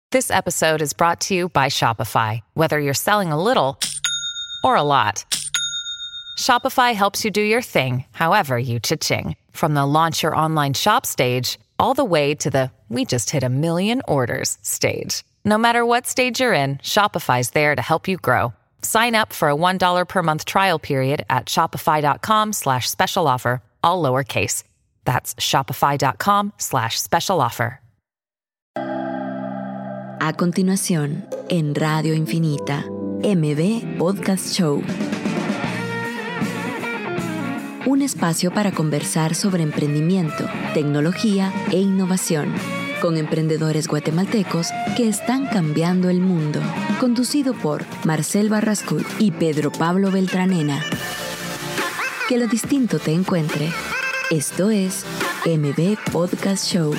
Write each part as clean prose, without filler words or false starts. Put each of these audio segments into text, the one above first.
This episode is brought to you by Shopify. Whether you're selling a little or a lot, Shopify helps you do your thing, however you cha-ching. From the launch your online shop stage, all the way to the we just hit 1 million orders stage. No matter what stage you're in, Shopify's there to help you grow. Sign up for a $1 per month trial period at shopify.com/special offer, all lowercase. That's shopify.com/special offer. A continuación, en Radio Infinita, MB Podcast Show. Un espacio para conversar sobre emprendimiento, tecnología e innovación, con emprendedores guatemaltecos que están cambiando el mundo. Conducido por Marcel Barrascut y Pedro Pablo Beltranena. Que lo distinto te encuentre. Esto es MB Podcast Show.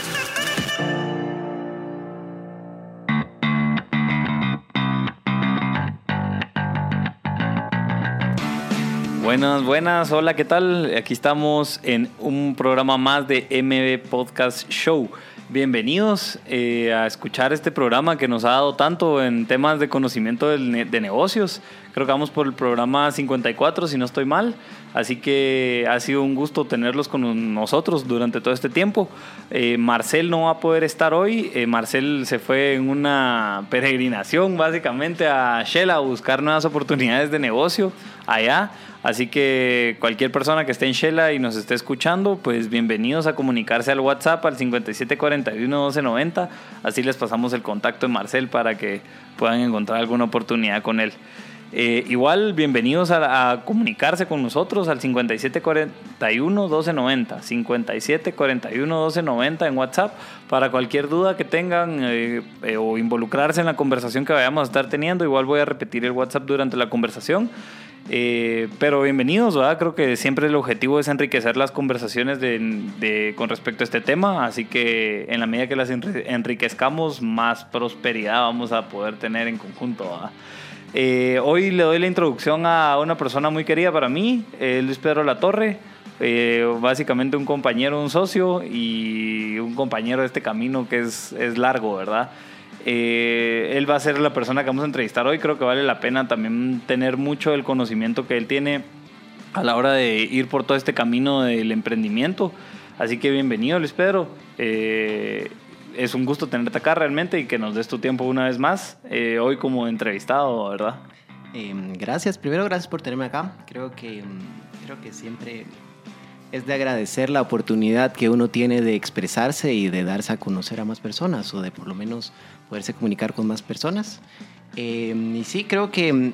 Buenas, hola, ¿qué tal? Aquí estamos en un programa más de MB Podcast Show. Bienvenidos a escuchar este programa que nos ha dado tanto en temas de conocimiento de negocios. Creo que vamos por el programa 54, si no estoy mal. Así que ha sido un gusto tenerlos con nosotros durante todo este tiempo. Marcel no va a poder estar hoy. Marcel se fue en una peregrinación básicamente a Shela a buscar nuevas oportunidades de negocio allá. Así que cualquier persona que esté en Shela y nos esté escuchando, pues bienvenidos a comunicarse al WhatsApp al 5741-1290. Así les pasamos el contacto de Marcel para que puedan encontrar alguna oportunidad con él. Igual, bienvenidos a comunicarse con nosotros al 5741-1290. 5741-1290 en WhatsApp para cualquier duda que tengan o involucrarse en la conversación que vayamos a estar teniendo. Igual voy a repetir el WhatsApp durante la conversación. Pero bienvenidos, ¿verdad? Creo que siempre el objetivo es enriquecer las conversaciones con respecto a este tema, así que en la medida que las enriquezcamos, más prosperidad vamos a poder tener en conjunto, ¿verdad? Hoy le doy la introducción a una persona muy querida para mí, Luis Pedro Latorre, básicamente un compañero, un socio y un compañero de este camino que es largo, ¿verdad? Él va a ser la persona que vamos a entrevistar hoy. Creo que vale la pena también tener mucho del conocimiento que él tiene a la hora de ir por todo este camino del emprendimiento. Así que bienvenido, Luis Pedro. Es un gusto tenerte acá realmente y que nos des tu tiempo una vez más, hoy como entrevistado, ¿verdad? Gracias, primero gracias por tenerme acá. Creo que siempre es de agradecer la oportunidad que uno tiene de expresarse y de darse a conocer a más personas, o de por lo menos poderse comunicar con más personas. Y sí, creo que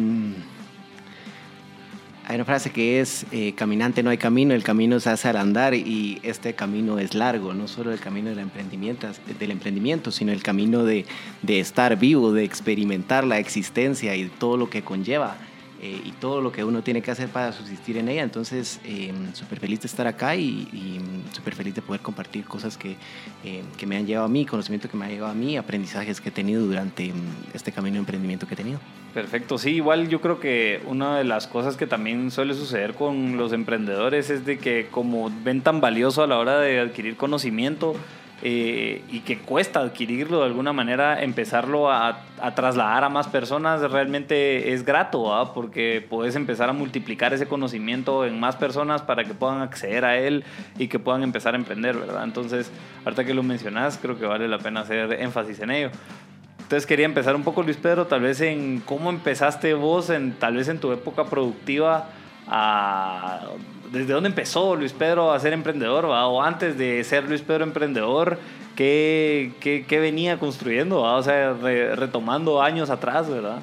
hay una frase que es caminante no hay camino, el camino se hace al andar, y este camino es largo, no solo el camino del emprendimiento, sino el camino de estar vivo, de experimentar la existencia y todo lo que conlleva. Y todo lo que uno tiene que hacer para subsistir en ella. Entonces, súper feliz de estar acá y súper feliz de poder compartir cosas que me han llevado a mí, conocimiento que me ha llevado a mí, aprendizajes que he tenido durante este camino de emprendimiento que he tenido. Perfecto, sí, igual yo creo que una de las cosas que también suele suceder con los emprendedores es de que como ven tan valioso a la hora de adquirir conocimiento, y que cuesta adquirirlo de alguna manera, empezarlo a trasladar a más personas realmente es grato, ¿verdad? Porque puedes empezar a multiplicar ese conocimiento en más personas para que puedan acceder a él y que puedan empezar a emprender, ¿verdad? Entonces, ahorita que lo mencionas, creo que vale la pena hacer énfasis en ello. Entonces quería empezar un poco, Luis Pedro, tal vez en cómo empezaste vos, tal vez en tu época productiva, ¿desde dónde empezó Luis Pedro a ser emprendedor, ¿verdad? O antes de ser Luis Pedro emprendedor, ¿qué venía construyendo, ¿verdad? O sea, retomando años atrás, ¿verdad?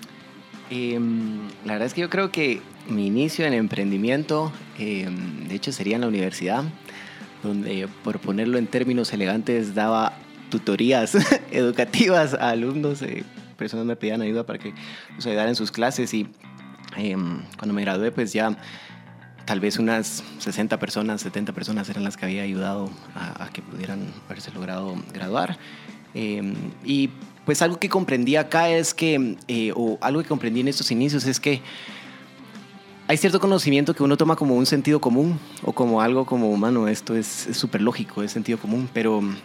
La verdad es que yo creo que mi inicio en emprendimiento, de hecho, sería en la universidad, donde, por ponerlo en términos elegantes, daba tutorías educativas a alumnos. Personas me pedían ayuda para que los ayudara en sus clases, y cuando me gradué, pues ya tal vez unas 60 personas, 70 personas eran las que había ayudado a que pudieran haberse logrado graduar. Y pues algo que comprendí acá es que, o algo que comprendí en estos inicios, es que hay cierto conocimiento que uno toma como un sentido común, o como algo como, mano, esto es súper lógico, es sentido común, pero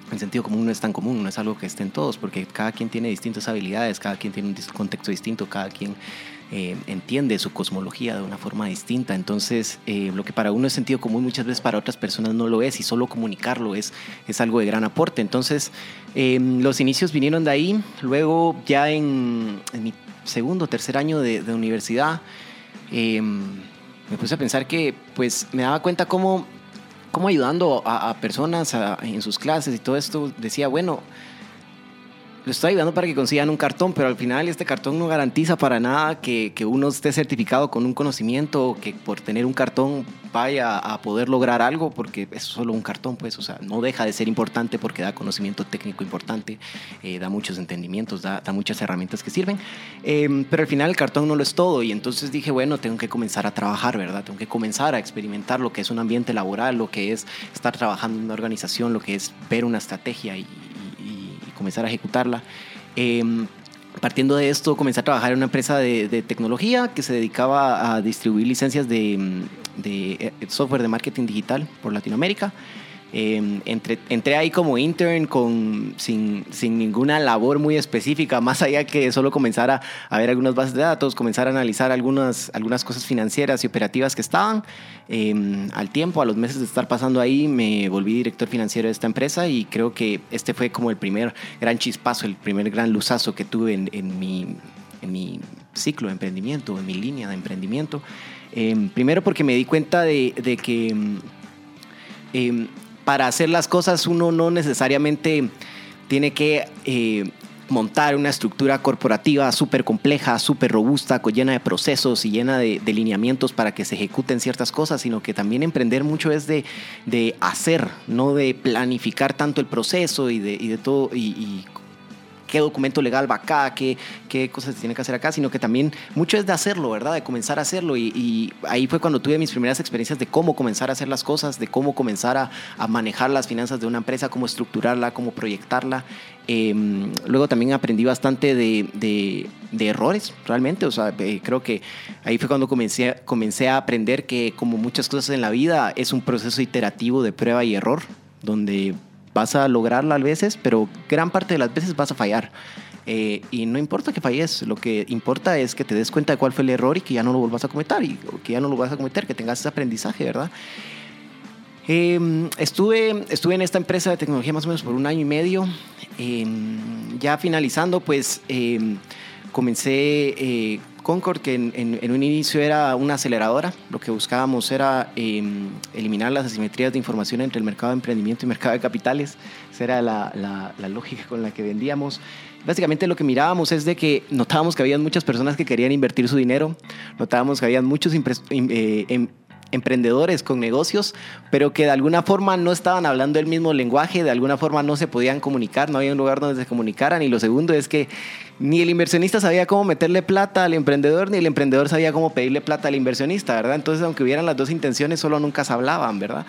el sentido común no es tan común, no es algo que esté en todos, porque cada quien tiene distintas habilidades, cada quien tiene un contexto distinto, cada quien entiende su cosmología de una forma distinta. Entonces, lo que para uno es sentido común, muchas veces para otras personas no lo es, y solo comunicarlo es algo de gran aporte. Entonces, los inicios vinieron de ahí. Luego, ya en mi segundo o tercer año de universidad, me puse a pensar que pues me daba cuenta cómo ayudando a personas en sus clases y todo esto, decía, bueno, lo estoy ayudando para que consigan un cartón, pero al final este cartón no garantiza para nada que uno esté certificado con un conocimiento, o que por tener un cartón vaya a poder lograr algo, porque es solo un cartón, pues, o sea, no deja de ser importante porque da conocimiento técnico importante, da muchos entendimientos, da muchas herramientas que sirven, pero al final el cartón no lo es todo. Y entonces dije, bueno, tengo que comenzar a trabajar, ¿verdad? Tengo que comenzar a experimentar lo que es un ambiente laboral, lo que es estar trabajando en una organización, lo que es ver una estrategia y comenzar a ejecutarla. Partiendo de esto, comencé a trabajar en una empresa de tecnología que se dedicaba a distribuir licencias de software de marketing digital por Latinoamérica. Entré ahí como intern sin ninguna labor muy específica, más allá que solo comenzar a ver algunas bases de datos, comenzar a analizar algunas cosas financieras y operativas que estaban. Al tiempo, a los meses de estar pasando ahí, me volví director financiero de esta empresa, y creo que este fue como el primer gran chispazo, el primer gran luzazo que tuve en mi ciclo de emprendimiento, en mi línea de emprendimiento. Primero porque me di cuenta de que para hacer las cosas uno no necesariamente tiene que montar una estructura corporativa súper compleja, súper robusta, llena de procesos y llena de lineamientos para que se ejecuten ciertas cosas, sino que también emprender mucho es de hacer, no de planificar tanto el proceso y de todo, y qué documento legal va acá, qué cosas se tiene que hacer acá, sino que también mucho es de hacerlo, ¿verdad? De comenzar a hacerlo. Y ahí fue cuando tuve mis primeras experiencias de cómo comenzar a hacer las cosas, de cómo comenzar a manejar las finanzas de una empresa, cómo estructurarla, cómo proyectarla. Luego también aprendí bastante de errores, realmente. O sea, creo que ahí fue cuando comencé a aprender que, como muchas cosas en la vida, es un proceso iterativo de prueba y error, donde vas a lograrla a veces, pero gran parte de las veces vas a fallar. Y no importa que falles, lo que importa es que te des cuenta de cuál fue el error y que ya no lo vuelvas a cometer, que tengas ese aprendizaje, ¿verdad? Estuve en esta empresa de tecnología más o menos por 1 año y medio. Ya finalizando, pues comencé Concord, que en un inicio era una aceleradora. Lo que buscábamos era eliminar las asimetrías de información entre el mercado de emprendimiento y mercado de capitales. Esa era la lógica con la que vendíamos. Básicamente lo que mirábamos es de que notábamos que había muchas personas que querían invertir su dinero, notábamos que había muchos emprendedores con negocios, pero que de alguna forma no estaban hablando el mismo lenguaje, de alguna forma no se podían comunicar, no había un lugar donde se comunicaran. Y lo segundo es que ni el inversionista sabía cómo meterle plata al emprendedor, ni el emprendedor sabía cómo pedirle plata al inversionista, ¿verdad? Entonces, aunque hubieran las dos intenciones, solo nunca se hablaban, ¿verdad?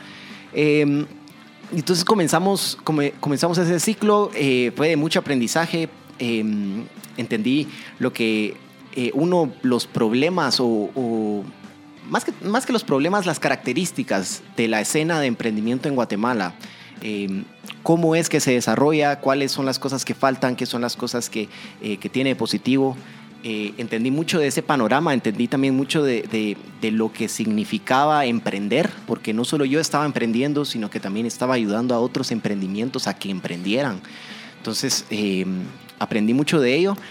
Entonces comenzamos ese ciclo, fue de mucho aprendizaje. Entendí lo que los problemas o más que los problemas, las características de la escena de emprendimiento en Guatemala. Cómo es que se desarrolla, cuáles son las cosas que faltan, qué son las cosas que tiene de positivo. Entendí mucho de ese panorama, entendí también mucho de lo que significaba emprender, porque no solo yo estaba emprendiendo, sino que también estaba ayudando a otros emprendimientos a que emprendieran. Entonces, aprendí mucho de ello.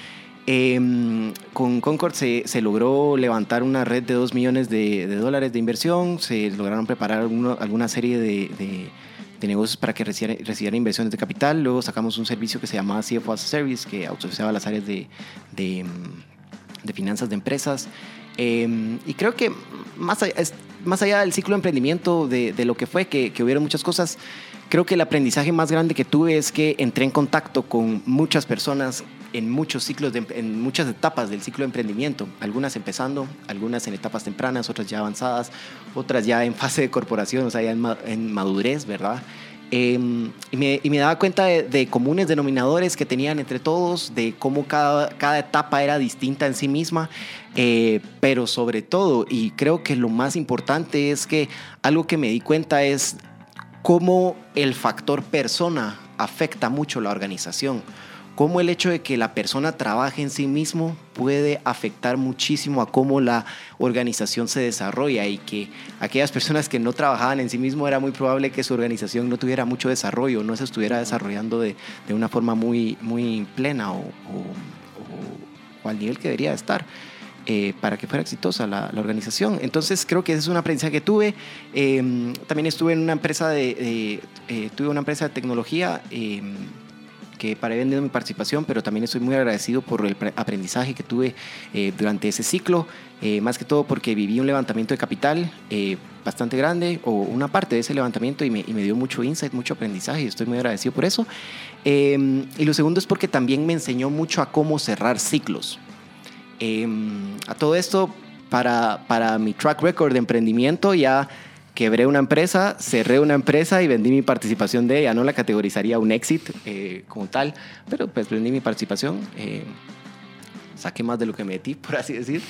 Con Concord se logró levantar una red de $2 millones de inversión. Se lograron preparar alguna serie de negocios para que recibieran inversiones de capital. Luego sacamos un servicio que se llamaba CFO as a Service, que autorizaba las áreas de finanzas de empresas. Y creo que más allá del ciclo de emprendimiento, de lo que fue, que hubieron muchas cosas, creo que el aprendizaje más grande que tuve es que entré en contacto con muchas personas en muchos ciclos, en muchas etapas del ciclo de emprendimiento, algunas empezando, algunas en etapas tempranas, otras ya avanzadas, otras ya en fase de corporación, o sea, ya en madurez, ¿verdad? Y me daba cuenta de comunes denominadores que tenían entre todos, de cómo cada etapa era distinta en sí misma, pero sobre todo, y creo que lo más importante es que algo que me di cuenta es cómo el factor persona afecta mucho la organización. Cómo el hecho de que la persona trabaje en sí mismo puede afectar muchísimo a cómo la organización se desarrolla, y que aquellas personas que no trabajaban en sí mismo era muy probable que su organización no tuviera mucho desarrollo, no se estuviera desarrollando de una forma muy, muy plena o al nivel que debería estar. Para que fuera exitosa la organización. Entonces creo que ese es un aprendizaje que tuve. También estuve en una empresa tuve una empresa de tecnología que paré vendiendo mi participación, pero también estoy muy agradecido por el aprendizaje que tuve durante ese ciclo, más que todo porque viví un levantamiento de capital bastante grande, o una parte de ese levantamiento, y me dio mucho insight, mucho aprendizaje, y estoy muy agradecido por eso. Y lo segundo es porque también me enseñó mucho a cómo cerrar ciclos. A todo esto, para mi track record de emprendimiento, ya quebré una empresa, cerré una empresa y vendí mi participación de ella. No la categorizaría un exit como tal, pero pues vendí mi participación, saqué más de lo que metí, por así decir.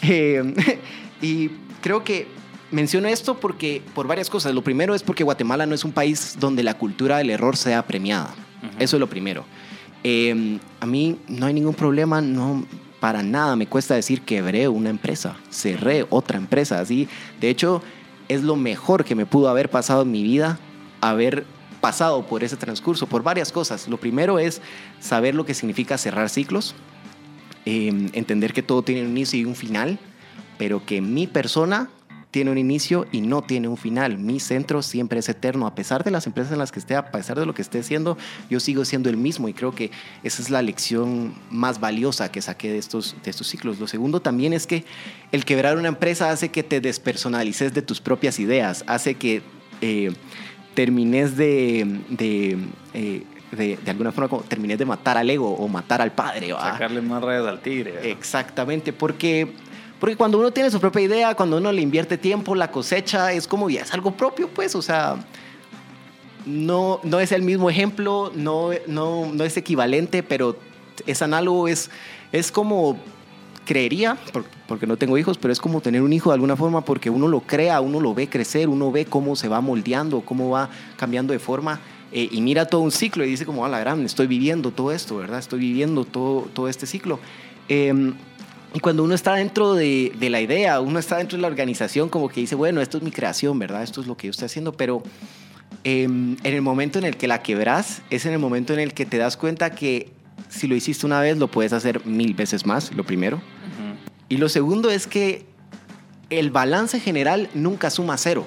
Y creo que menciono esto por varias cosas. Lo primero es porque Guatemala no es un país donde la cultura del error sea premiada. Eso es lo primero. A mí no hay ningún problema, no, para nada me cuesta decir quebré una empresa, cerré otra empresa. Así, de hecho, es lo mejor que me pudo haber pasado en mi vida, haber pasado por ese transcurso, por varias cosas. Lo primero es saber lo que significa cerrar ciclos, entender que todo tiene un inicio y un final, pero que mi persona tiene un inicio y no tiene un final. Mi centro siempre es eterno. A pesar de las empresas en las que esté, a pesar de lo que esté haciendo, yo sigo siendo el mismo, y creo que esa es la lección más valiosa que saqué de estos ciclos. Lo segundo también es que el quebrar una empresa hace que te despersonalices de tus propias ideas, hace que termines de alguna forma, como termines de matar al ego o matar al padre. Sacarle más rayas al tigre. Exactamente, porque cuando uno tiene su propia idea, cuando uno le invierte tiempo, la cosecha es como ya es algo propio, pues, o sea, no es el mismo ejemplo, no es equivalente, pero es análogo, es como, creería, porque no tengo hijos, pero es como tener un hijo de alguna forma, porque uno lo crea, uno lo ve crecer, uno ve cómo se va moldeando, cómo va cambiando de forma, y mira todo un ciclo y dice como, a la gran, estoy viviendo todo esto, ¿verdad? Estoy viviendo todo este ciclo. Y cuando uno está dentro de la idea, uno está dentro de la organización, como que dice, bueno, esto es mi creación, ¿verdad? Esto es lo que yo estoy haciendo, pero en el momento en el que la quebras, es en el momento en el que te das cuenta que si lo hiciste una vez, lo puedes hacer 1000 veces más, lo primero. Y lo segundo es que el balance general nunca suma 0.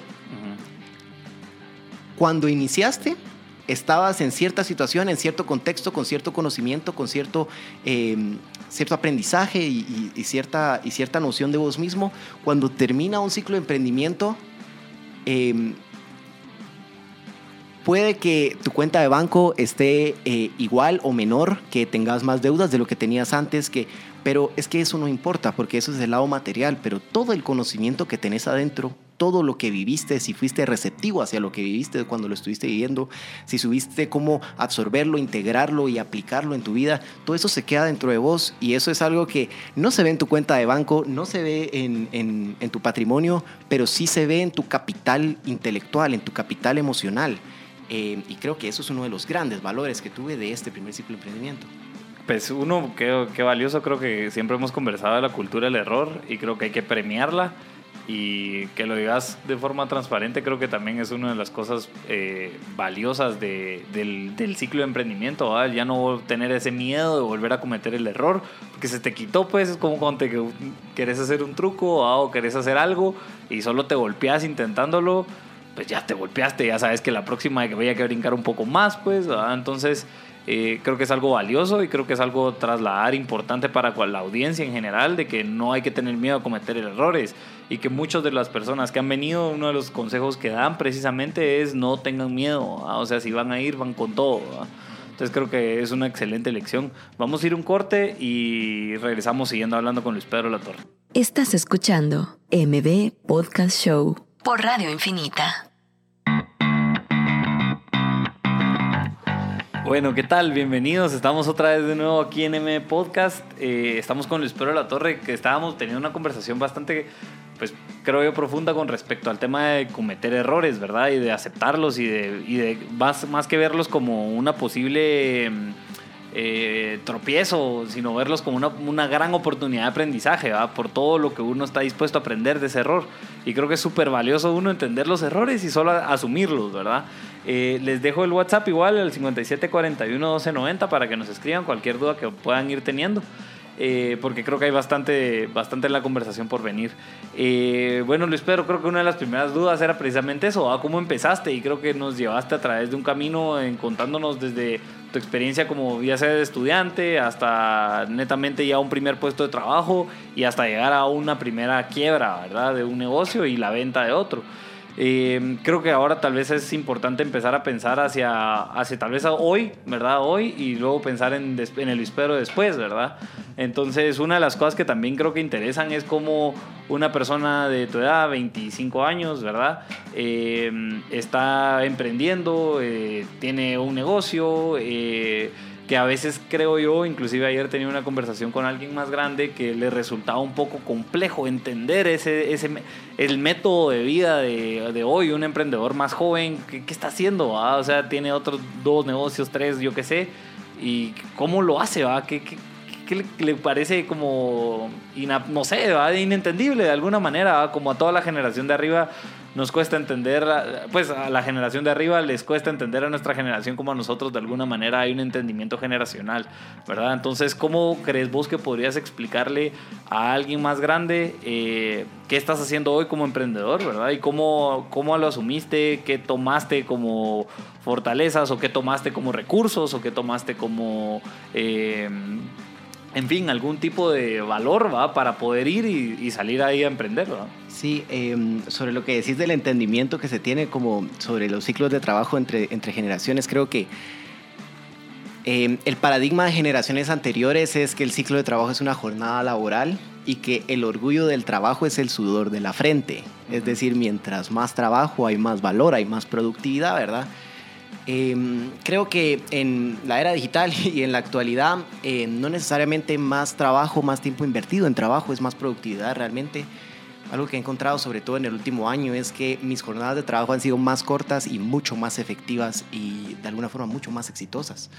Cuando iniciaste, estabas en cierta situación, en cierto contexto, con cierto conocimiento, con cierto aprendizaje y cierta noción de vos mismo. Cuando termina un ciclo de emprendimiento, puede que tu cuenta de banco esté igual o menor, que tengas más deudas de lo que tenías antes, pero es que eso no importa, porque eso es el lado material, pero todo el conocimiento que tenés adentro, todo lo que viviste, si fuiste receptivo hacia lo que viviste cuando lo estuviste viviendo, si supiste cómo absorberlo, integrarlo y aplicarlo en tu vida, todo eso se queda dentro de vos, y eso es algo que no se ve en tu cuenta de banco, no se ve en tu patrimonio, pero sí se ve en tu capital intelectual, en tu capital emocional. Y creo que eso es uno de los grandes valores que tuve de este primer ciclo de emprendimiento. Pues uno, qué valioso, creo que siempre hemos conversado de la cultura del error, y creo que hay que premiarla, y que lo digas de forma transparente creo que también es una de las cosas valiosas del ciclo de emprendimiento, ¿verdad? Ya no tener ese miedo de volver a cometer el error, porque se te quitó, pues. Es como cuando querés hacer un truco, ¿verdad? O querés hacer algo y solo te golpeas intentándolo, pues ya te golpeaste, ya sabes que la próxima hay que brincar un poco más, pues, ¿verdad? Entonces creo que es algo valioso, y creo que es algo trasladar importante para la audiencia en general, de que no hay que tener miedo a cometer errores, y que muchas de las personas que han venido, uno de los consejos que dan precisamente es no tengan miedo, ¿verdad? O sea, si van a ir, van con todo, ¿verdad? Entonces creo que es una excelente lección. Vamos a ir un corte y regresamos siguiendo hablando con Luis Pedro Latorre. Estás escuchando MB Podcast Show por Radio Infinita. Bueno, ¿qué tal? Bienvenidos. Estamos otra vez de nuevo aquí en M Podcast. Estamos con Luis Pedro Latorre, que estábamos teniendo una conversación bastante pues creo yo profunda con respecto al tema de cometer errores, ¿verdad? Y de aceptarlos y de más que verlos como una posible tropiezo, sino verlos como una gran oportunidad de aprendizaje, ¿verdad? Por todo lo que uno está dispuesto a aprender de ese error. Y creo que es súper valioso uno entender los errores y solo asumirlos, ¿verdad? Les dejo el WhatsApp igual, el 5741-1290, para que nos escriban cualquier duda que puedan ir teniendo. Porque creo que hay bastante en la conversación por venir. Bueno, Luis Pedro, creo que una de las primeras dudas era precisamente eso, ¿ah? ¿Cómo empezaste? Y creo que nos llevaste a través de un camino contándonos desde tu experiencia como ya sea de estudiante hasta netamente ya un primer puesto de trabajo y hasta llegar a una primera quiebra, ¿verdad? De un negocio y la venta de otro. Creo que ahora tal vez es importante empezar a pensar hacia tal vez hoy, ¿verdad? Hoy, y luego pensar en el Luis Pedro después, ¿verdad? Entonces, una de las cosas que también creo que interesan es cómo una persona de tu edad, 25 años, ¿verdad? Está emprendiendo, tiene un negocio, que a veces creo yo, inclusive ayer tenía una conversación con alguien más grande, que le resultaba un poco complejo entender el método de vida de hoy, un emprendedor más joven, ¿qué está haciendo? ¿Va? O sea, tiene otros 2 negocios, 3, yo qué sé, y cómo lo hace, ¿va? ¿Qué le parece como, no sé, ¿va? Inentendible de alguna manera, ¿va? Como a toda la generación de arriba nos cuesta entender, pues a la generación de arriba les cuesta entender a nuestra generación como a nosotros, de alguna manera hay un entendimiento generacional, ¿verdad? Entonces, ¿cómo crees vos que podrías explicarle a alguien más grande qué estás haciendo hoy como emprendedor, ¿verdad? Y cómo lo asumiste, qué tomaste como fortalezas o qué tomaste como recursos o qué tomaste como... en fin, algún tipo de valor, ¿va? Para poder ir y salir ahí a emprender, ¿va? Sí, sobre lo que decís del entendimiento que se tiene como sobre los ciclos de trabajo entre generaciones, creo que el paradigma de generaciones anteriores es que el ciclo de trabajo es una jornada laboral y que el orgullo del trabajo es el sudor de la frente. Es decir, mientras más trabajo hay más valor, hay más productividad, ¿verdad? Creo que en la era digital y en la actualidad no necesariamente más trabajo, más tiempo invertido en trabajo es más productividad realmente. Algo que he encontrado sobre todo en el último año es que mis jornadas de trabajo han sido más cortas y mucho más efectivas y de alguna forma mucho más exitosas.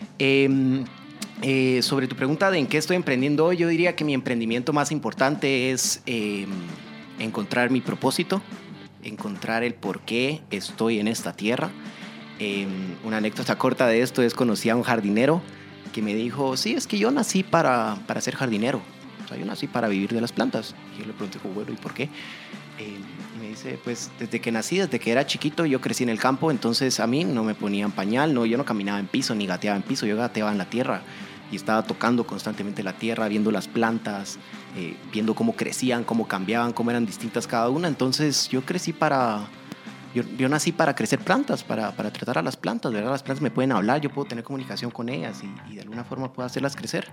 Sobre tu pregunta de en qué estoy emprendiendo hoy, yo diría que mi emprendimiento más importante es encontrar mi propósito, encontrar el por qué estoy en esta tierra. Una anécdota corta de esto es: conocí a un jardinero que me dijo, sí, es que yo nací para ser jardinero, o sea, yo nací para vivir de las plantas. Y yo le pregunté, bueno, ¿y por qué? Y me dice, pues desde que nací, desde que era chiquito, yo crecí en el campo, entonces a mí no me ponían pañal, no, yo no caminaba en piso ni gateaba en piso, yo gateaba en la tierra y estaba tocando constantemente la tierra, viendo las plantas, viendo cómo crecían, cómo cambiaban, cómo eran distintas cada una. Entonces yo crecí yo nací para crecer plantas, para tratar a las plantas, ¿verdad? Las plantas me pueden hablar, yo puedo tener comunicación con ellas y de alguna forma puedo hacerlas crecer.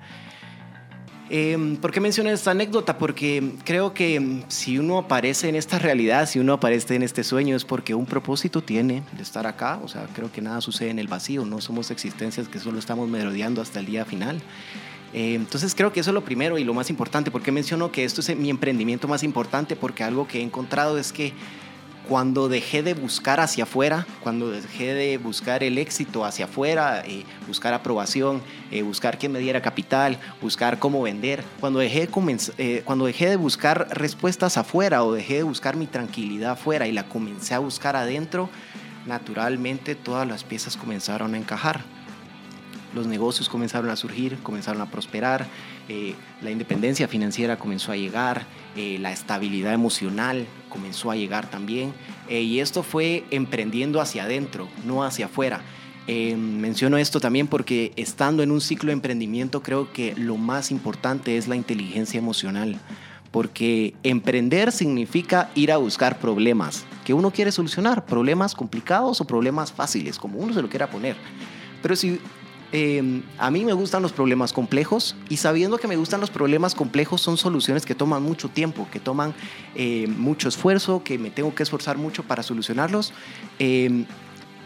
¿Por qué mencioné esta anécdota? Porque creo que si uno aparece en esta realidad, si uno aparece en este sueño, es porque un propósito tiene de estar acá. O sea, creo que nada sucede en el vacío, no somos existencias que solo estamos merodeando hasta el día final. Entonces creo que eso es lo primero y lo más importante. ¿Por qué menciono que esto es mi emprendimiento más importante? Porque algo que he encontrado es que cuando dejé de buscar hacia afuera, cuando dejé de buscar el éxito hacia afuera, buscar aprobación, buscar quién me diera capital, buscar cómo vender, cuando dejé de buscar respuestas afuera o dejé de buscar mi tranquilidad afuera y la comencé a buscar adentro, naturalmente todas las piezas comenzaron a encajar. Los negocios comenzaron a surgir, comenzaron a prosperar, la independencia financiera comenzó a llegar, la estabilidad emocional comenzó a llegar también, y esto fue emprendiendo hacia adentro, no hacia afuera. Menciono esto también porque estando en un ciclo de emprendimiento creo que lo más importante es la inteligencia emocional, porque emprender significa ir a buscar problemas que uno quiere solucionar, problemas complicados o problemas fáciles, como uno se lo quiera poner. Pero si a mí me gustan los problemas complejos, y sabiendo que me gustan los problemas complejos, son soluciones que toman mucho tiempo, que toman mucho esfuerzo, que me tengo que esforzar mucho para solucionarlos.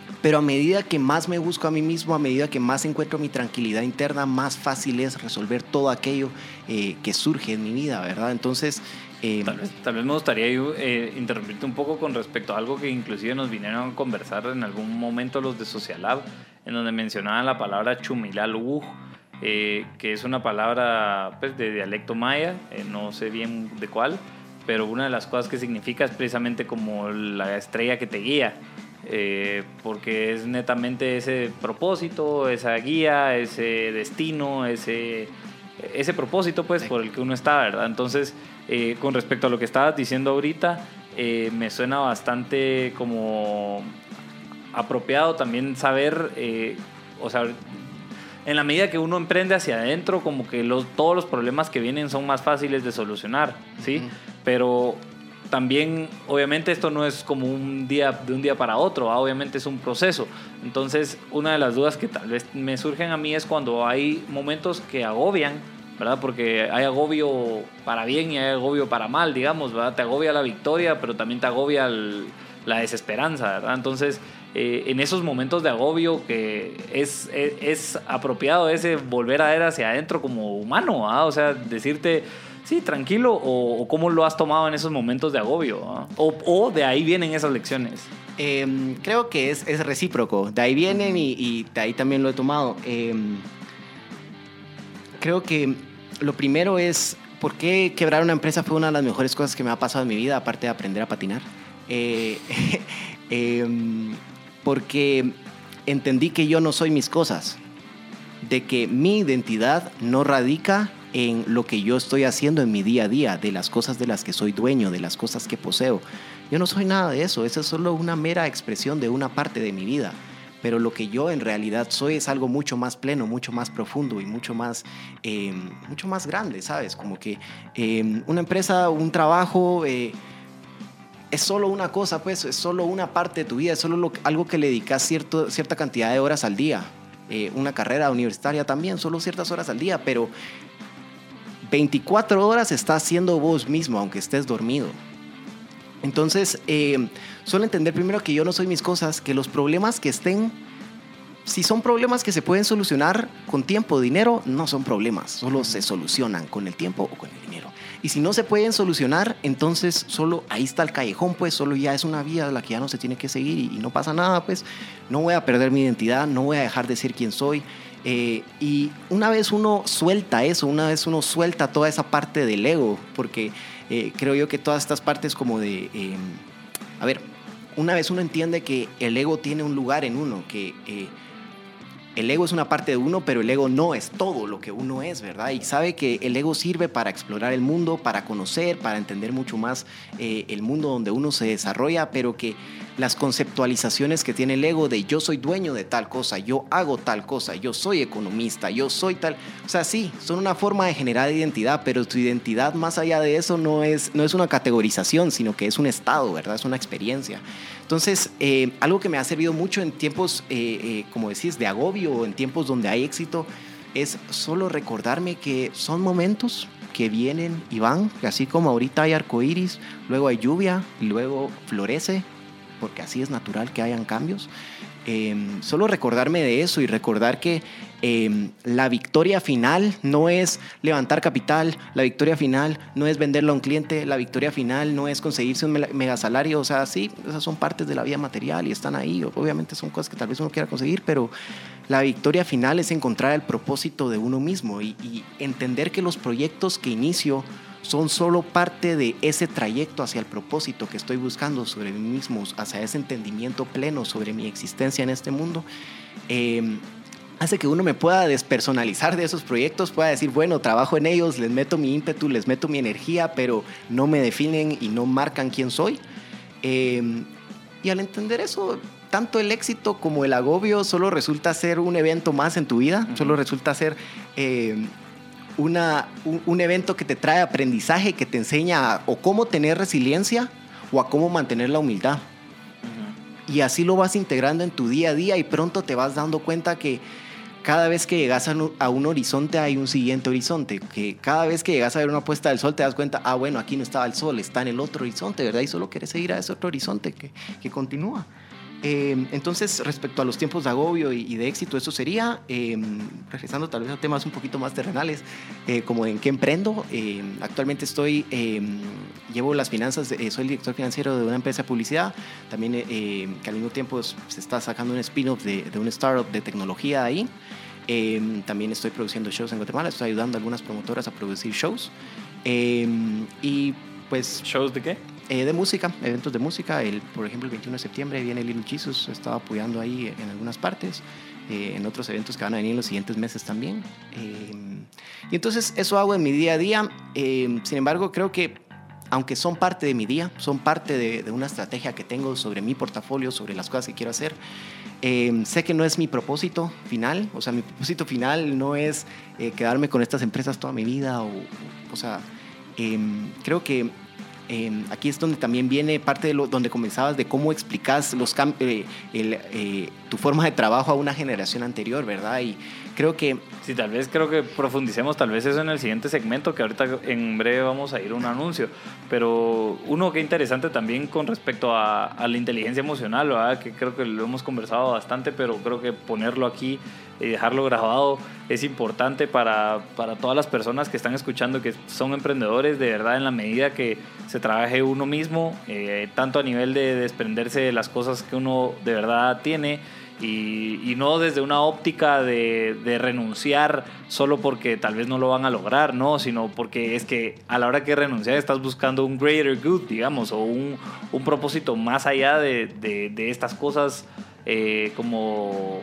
Pero a medida que más me busco a mí mismo, a medida que más encuentro mi tranquilidad interna, más fácil es resolver todo aquello que surge en mi vida, ¿verdad? Entonces... Tal vez me gustaría interrumpirte un poco con respecto a algo que inclusive nos vinieron a conversar en algún momento los de Socialab, en donde mencionaban la palabra Chumilaluj, que es una palabra pues, de dialecto maya, no sé bien de cuál, pero una de las cosas que significa es precisamente como la estrella que te guía, porque es netamente ese propósito, esa guía, ese destino, ese propósito pues, por el que uno está, ¿verdad? Entonces, con respecto a lo que estabas diciendo ahorita, me suena bastante como apropiado también saber, o sea, en la medida que uno emprende hacia adentro, como que todos los problemas que vienen son más fáciles de solucionar, ¿sí? Uh-huh. Pero también, obviamente, esto no es como de un día para otro, ¿va? Obviamente es un proceso. Entonces, una de las dudas que tal vez me surgen a mí es cuando hay momentos que agobian, ¿verdad? Porque hay agobio para bien y hay agobio para mal, digamos, ¿verdad? Te agobia la victoria, pero también te agobia la desesperanza, ¿verdad? Entonces, en esos momentos de agobio que es apropiado ese volver a ver hacia adentro como humano, ¿verdad? O sea, decirte, sí, tranquilo, o cómo lo has tomado en esos momentos de agobio, ¿verdad? O de ahí vienen esas lecciones. Creo que es recíproco, de ahí vienen y de ahí también lo he tomado. Creo que lo primero es, ¿por qué quebrar una empresa fue una de las mejores cosas que me ha pasado en mi vida, aparte de aprender a patinar? Porque entendí que yo no soy mis cosas, de que mi identidad no radica en lo que yo estoy haciendo en mi día a día, de las cosas de las que soy dueño, de las cosas que poseo. Yo no soy nada de eso, es solo una mera expresión de una parte de mi vida. Pero lo que yo en realidad soy es algo mucho más pleno, mucho más profundo y mucho más grande, ¿sabes? Como que una empresa, un trabajo, es solo una cosa, pues, es solo una parte de tu vida, es solo algo que le dedicas cierta cantidad de horas al día. Una carrera universitaria también, solo ciertas horas al día, pero 24 horas estás siendo vos mismo, aunque estés dormido. Entonces, suelo entender primero que yo no soy mis cosas, que los problemas que estén, si son problemas que se pueden solucionar con tiempo o dinero, no son problemas, solo se solucionan con el tiempo o con el dinero. Y si no se pueden solucionar, entonces solo ahí está el callejón, pues solo ya es una vía a la que ya no se tiene que seguir y no pasa nada, pues no voy a perder mi identidad, no voy a dejar de ser quien soy. Y una vez uno suelta eso, una vez uno suelta toda esa parte del ego, porque creo yo que todas estas partes como de... una vez uno entiende que el ego tiene un lugar en uno, que el ego es una parte de uno, pero el ego no es todo lo que uno es, ¿verdad? Y sabe que el ego sirve para explorar el mundo, para conocer, para entender mucho más el mundo donde uno se desarrolla, pero que las conceptualizaciones que tiene el ego de yo soy dueño de tal cosa, yo hago tal cosa, yo soy economista, yo soy tal... O sea, sí, son una forma de generar identidad, pero tu identidad más allá de eso no es una categorización, sino que es un estado, ¿verdad? Es una experiencia. Entonces, algo que me ha servido mucho en tiempos, como decís, de agobio o en tiempos donde hay éxito, es solo recordarme que son momentos que vienen y van, así como ahorita hay arcoíris, luego hay lluvia y luego florece, porque así es natural que hayan cambios. Solo recordarme de eso y recordar que la victoria final no es levantar capital, la victoria final no es venderlo a un cliente, la victoria final no es conseguirse un megasalario. O sea, sí, esas son partes de la vida material y están ahí. Obviamente son cosas que tal vez uno quiera conseguir, pero la victoria final es encontrar el propósito de uno mismo y entender que los proyectos que inicio son solo parte de ese trayecto hacia el propósito que estoy buscando sobre mí mismo, hacia ese entendimiento pleno sobre mi existencia en este mundo. Hace que uno me pueda despersonalizar de esos proyectos, pueda decir, bueno, trabajo en ellos, les meto mi ímpetu, les meto mi energía, pero no me definen y no marcan quién soy. Y al entender eso, tanto el éxito como el agobio solo resulta ser un evento más en tu vida, solo resulta ser un evento que te trae aprendizaje, que te enseña o cómo tener resiliencia o a cómo mantener la humildad. Y así lo vas integrando en tu día a día y pronto te vas dando cuenta que cada vez que llegas a un horizonte hay un siguiente horizonte, que cada vez que llegas a ver una puesta del sol te das cuenta, bueno, aquí no estaba el sol, está en el otro horizonte, ¿verdad? Y solo quieres seguir a ese otro horizonte que continúa. Entonces, respecto a los tiempos de agobio y de éxito, eso sería, regresando tal vez a temas un poquito más terrenales, como en qué emprendo. Actualmente llevo las finanzas, soy el director financiero de una empresa de publicidad, también que al mismo tiempo se está sacando un spin-off de una startup de tecnología ahí. También estoy produciendo shows en Guatemala, estoy ayudando a algunas promotoras a producir shows. Y pues... ¿Shows de qué? De música, eventos de música. Por ejemplo, el 21 de septiembre viene Little Jesus, estaba apoyando ahí en algunas partes, en otros eventos que van a venir en los siguientes meses también. Y entonces eso hago en mi día a día. Sin embargo, creo que aunque son parte de mi día, son parte de una estrategia que tengo sobre mi portafolio, sobre las cosas que quiero hacer, sé que no es mi propósito final. O sea, mi propósito final no es quedarme con estas empresas toda mi vida. O sea, creo que aquí es donde también viene parte de donde comenzabas, de cómo explicas tu forma de trabajo a una generación anterior, ¿verdad? Y creo que... Sí, creo que profundicemos tal vez eso en el siguiente segmento, que ahorita en breve vamos a ir a un anuncio. Pero qué interesante también con respecto a la inteligencia emocional, ¿verdad? Que creo que lo hemos conversado bastante, pero creo que ponerlo aquí y dejarlo grabado es importante para todas las personas que están escuchando, que son emprendedores, de verdad, en la medida que se trabaje uno mismo, tanto a nivel de desprenderse de las cosas que uno de verdad tiene, y no desde una óptica de renunciar solo porque tal vez no lo van a lograr, no, sino porque es que a la hora que renunciar estás buscando un greater good, digamos, o un propósito más allá de estas cosas como...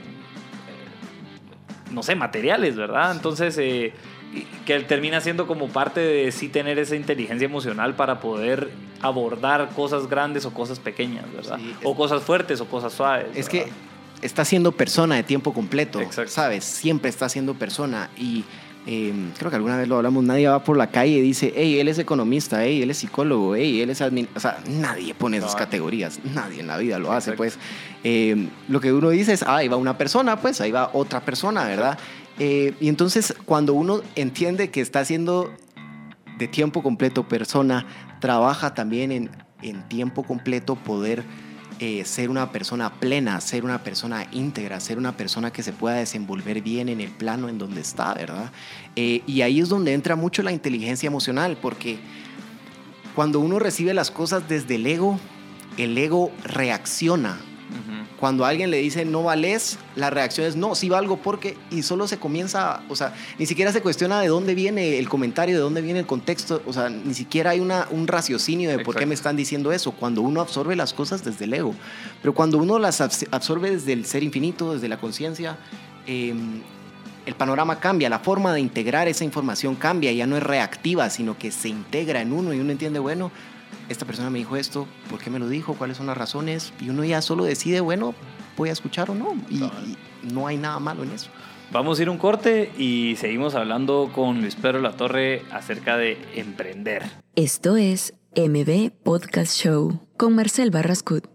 no sé, materiales, ¿verdad? Entonces, que termina siendo como parte de sí tener esa inteligencia emocional para poder abordar cosas grandes o cosas pequeñas, ¿verdad? Sí, o cosas fuertes o cosas suaves. Es ¿verdad? Que está siendo persona de tiempo completo. Exacto. ¿Sabes? Siempre está siendo persona. Y creo que alguna vez lo hablamos, nadie va por la calle y dice, hey, él es economista, hey, él es psicólogo, hey, él es o sea, nadie pone esas categorías, nadie en la vida lo hace. Exacto. Pues lo que uno dice es, ahí va una persona, pues ahí va otra persona, ¿verdad? Y entonces cuando uno entiende que está siendo de tiempo completo persona, trabaja también en tiempo completo poder ser una persona plena, ser una persona íntegra, ser una persona que se pueda desenvolver bien en el plano en donde está, ¿verdad? Y ahí es donde entra mucho la inteligencia emocional, porque cuando uno recibe las cosas desde el ego reacciona. Uh-huh. Cuando alguien le dice no vales, la reacción es no, sí valgo porque, y solo se comienza, o sea, ni siquiera se cuestiona de dónde viene el comentario, de dónde viene el contexto, o sea, ni siquiera hay un raciocinio de por qué me están diciendo eso, cuando uno absorbe las cosas desde el ego. Pero cuando uno las absorbe desde el ser infinito, desde la conciencia, el panorama cambia, la forma de integrar esa información cambia, ya no es reactiva, sino que se integra en uno y uno entiende, bueno, esta persona me dijo esto, ¿por qué me lo dijo? ¿Cuáles son las razones? Y uno ya solo decide, bueno, voy a escuchar o no. Y no hay nada malo en eso. Vamos a ir a un corte y seguimos hablando con Luis Pedro Latorre acerca de emprender. Esto es MB Podcast Show con Marcel Barrascut.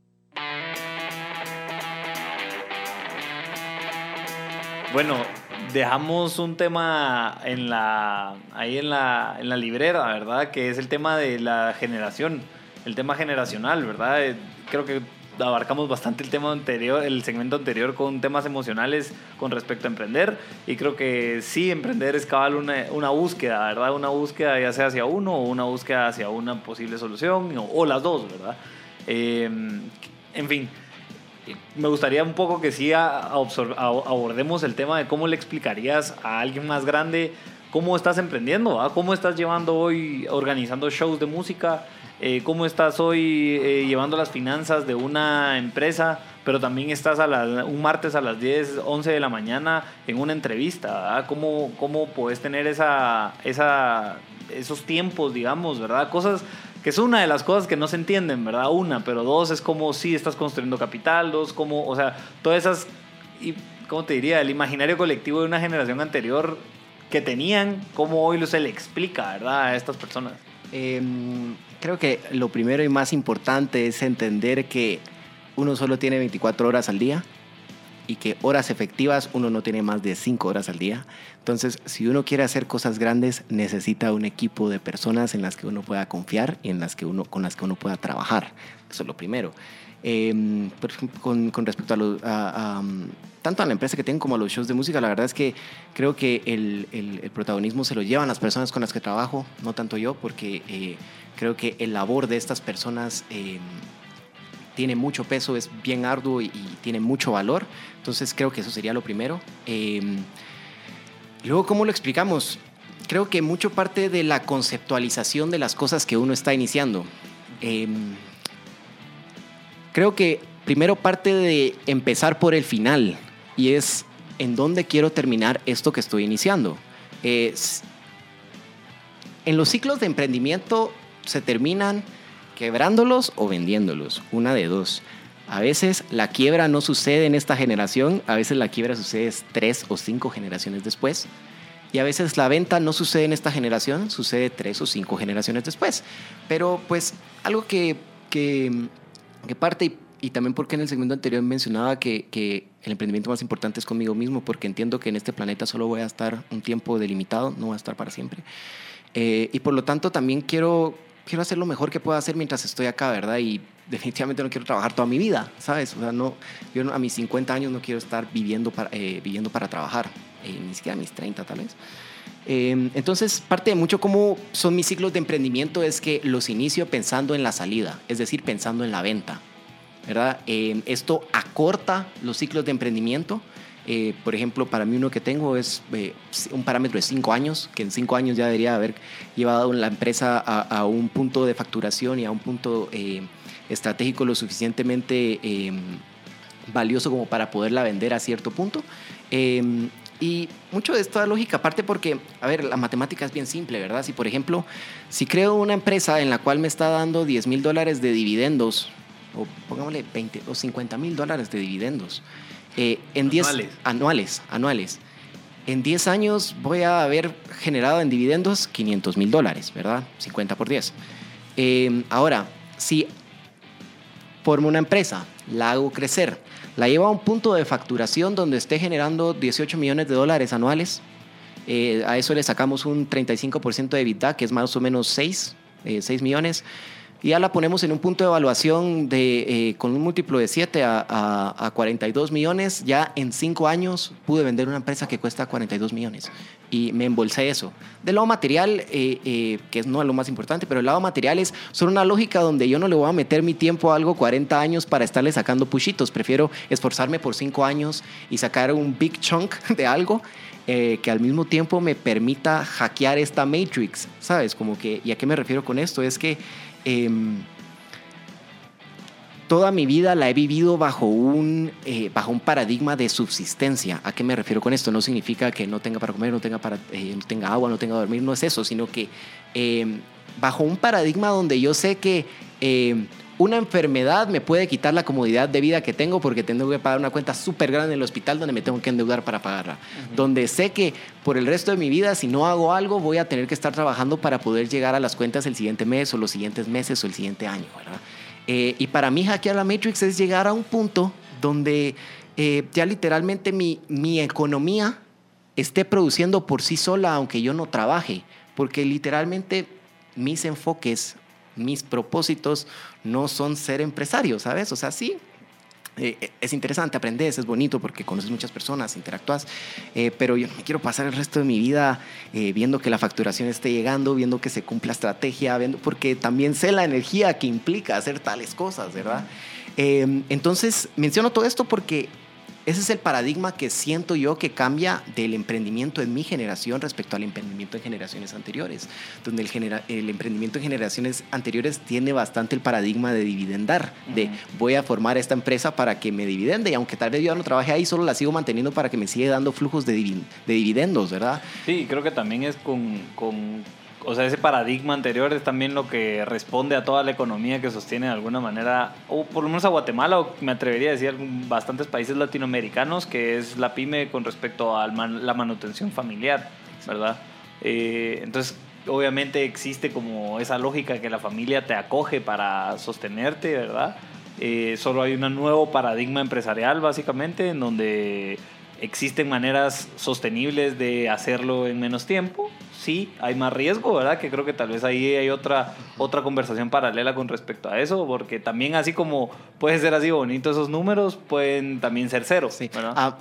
Bueno, dejamos un tema ahí en la librera, ¿verdad? Que es el tema de la generación, el tema generacional, ¿verdad? Creo que abarcamos bastante el segmento anterior con temas emocionales con respecto a emprender, y creo que sí, emprender es cabal una búsqueda, ¿verdad? Una búsqueda ya sea hacia uno o una búsqueda hacia una posible solución, o las dos, ¿verdad? En fin, me gustaría un poco que sí abordemos el tema de cómo le explicarías a alguien más grande cómo estás emprendiendo, ¿verdad? Cómo estás llevando hoy, organizando shows de música, cómo estás hoy llevando las finanzas de una empresa, pero también estás un martes a las 10, 11 de la mañana en una entrevista, ¿verdad? ¿Cómo puedes tener esos tiempos, digamos, ¿verdad? Cosas que es una de las cosas que no se entienden, ¿verdad? Pero dos, es como si estás construyendo capital, dos, como, o sea, todas esas, y ¿cómo te diría? El imaginario colectivo de una generación anterior que tenían, cómo hoy se le explica, ¿verdad? A estas personas. Creo que lo primero y más importante es entender que uno solo tiene 24 horas al día y que horas efectivas uno no tiene más de 5 horas al día. Entonces, si uno quiere hacer cosas grandes, necesita un equipo de personas en las que uno pueda confiar y con las que uno pueda trabajar. Eso es lo primero. Por ejemplo, con respecto a tanto a la empresa que tengo como a los shows de música, la verdad es que creo que el protagonismo se lo llevan las personas con las que trabajo, no tanto yo, porque creo que el labor de estas personas tiene mucho peso, es bien arduo y tiene mucho valor. Entonces creo que eso sería lo primero. Luego, ¿cómo lo explicamos? Creo que mucho parte de la conceptualización de las cosas que uno está iniciando. Creo que primero parte de empezar por el final, y es en dónde quiero terminar esto que estoy iniciando. En los ciclos de emprendimiento se terminan quebrándolos o vendiéndolos, una de dos. A veces la quiebra no sucede en esta generación, a veces la quiebra sucede 3 o 5 generaciones después, y a veces la venta no sucede en esta generación, sucede 3 o 5 generaciones después. Pero pues algo que parte, y también porque en el segmento anterior mencionaba que el emprendimiento más importante es conmigo mismo, porque entiendo que en este planeta solo voy a estar un tiempo delimitado, no voy a estar para siempre. Y por lo tanto también quiero hacer lo mejor que pueda hacer mientras estoy acá, ¿verdad? Y definitivamente no quiero trabajar toda mi vida, ¿sabes? O sea, yo a mis 50 años no quiero estar viviendo para trabajar, ni siquiera a mis 30 tal vez. Entonces, parte de mucho cómo son mis ciclos de emprendimiento es que los inicio pensando en la salida, es decir, pensando en la venta, ¿verdad? Esto acorta los ciclos de emprendimiento. Por ejemplo, para mí uno que tengo es un parámetro de 5 años, que en 5 años ya debería haber llevado la empresa a un punto de facturación y a un punto estratégico lo suficientemente valioso como para poderla vender a cierto punto. Y mucho de esta lógica parte porque, a ver, la matemática es bien simple, ¿verdad? Si, por ejemplo, si creo una empresa en la cual me está dando $10,000 de dividendos, o pongámosle 20 o $50,000 de dividendos, en 10 anuales. En 10 años voy a haber generado en dividendos $500,000, ¿verdad? 50 por 10. Ahora, si formo una empresa, la hago crecer, la llevo a un punto de facturación donde esté generando $18 millones anuales, a eso le sacamos un 35% de EBITDA, que es más o menos 6 millones, y ya la ponemos en un punto de evaluación con un múltiplo de 7 a 42 millones. Ya en 5 años pude vender una empresa que cuesta 42 millones y me embolsé eso. Del lado material, que no es lo más importante, pero el lado material es solo una lógica donde yo no le voy a meter mi tiempo a algo 40 años para estarle sacando pushitos. Prefiero esforzarme por 5 años y sacar un big chunk de algo que al mismo tiempo me permita hackear esta matrix, ¿sabes? Como que, ¿y a qué me refiero con esto? Es que toda mi vida la he vivido bajo un paradigma de subsistencia. ¿A qué me refiero con esto? No significa que no tenga para comer, no tenga agua, no tenga dormir, no es eso, sino que bajo un paradigma donde yo sé que una enfermedad me puede quitar la comodidad de vida que tengo porque tengo que pagar una cuenta súper grande en el hospital donde me tengo que endeudar para pagarla. Uh-huh. Donde sé que por el resto de mi vida, si no hago algo, voy a tener que estar trabajando para poder llegar a las cuentas el siguiente mes o los siguientes meses o el siguiente año, ¿verdad? Y para mí hackear la Matrix es llegar a un punto donde ya literalmente mi economía esté produciendo por sí sola aunque yo no trabaje, porque literalmente mis enfoques, mis propósitos no son ser empresario, ¿sabes? O sea, sí, es interesante, aprendes, es bonito porque conoces muchas personas, interactúas, pero yo no me quiero pasar el resto de mi vida viendo que la facturación esté llegando, viendo que se cumpla estrategia, porque también sé la energía que implica hacer tales cosas, ¿verdad? Entonces, menciono todo esto porque ese es el paradigma que siento yo que cambia del emprendimiento en mi generación respecto al emprendimiento en generaciones anteriores, donde el emprendimiento en generaciones anteriores tiene bastante el paradigma de dividendar, de voy a formar esta empresa para que me dividende y aunque tal vez yo no trabaje ahí, solo la sigo manteniendo para que me siga dando flujos de dividendos, ¿verdad? Sí, creo que también es o sea, ese paradigma anterior es también lo que responde a toda la economía que sostiene de alguna manera, o por lo menos a Guatemala, o me atrevería a decir bastantes países latinoamericanos, que es la pyme con respecto a la manutención familiar, ¿verdad? Entonces, obviamente existe como esa lógica que la familia te acoge para sostenerte, ¿verdad? Solo hay un nuevo paradigma empresarial, básicamente, en donde ¿Existen maneras sostenibles de hacerlo en menos tiempo? Sí, hay más riesgo, ¿verdad? Que creo que tal vez ahí hay otra conversación paralela con respecto a eso, porque también así como puede ser así bonito esos números, pueden también ser cero, Sí. ¿verdad?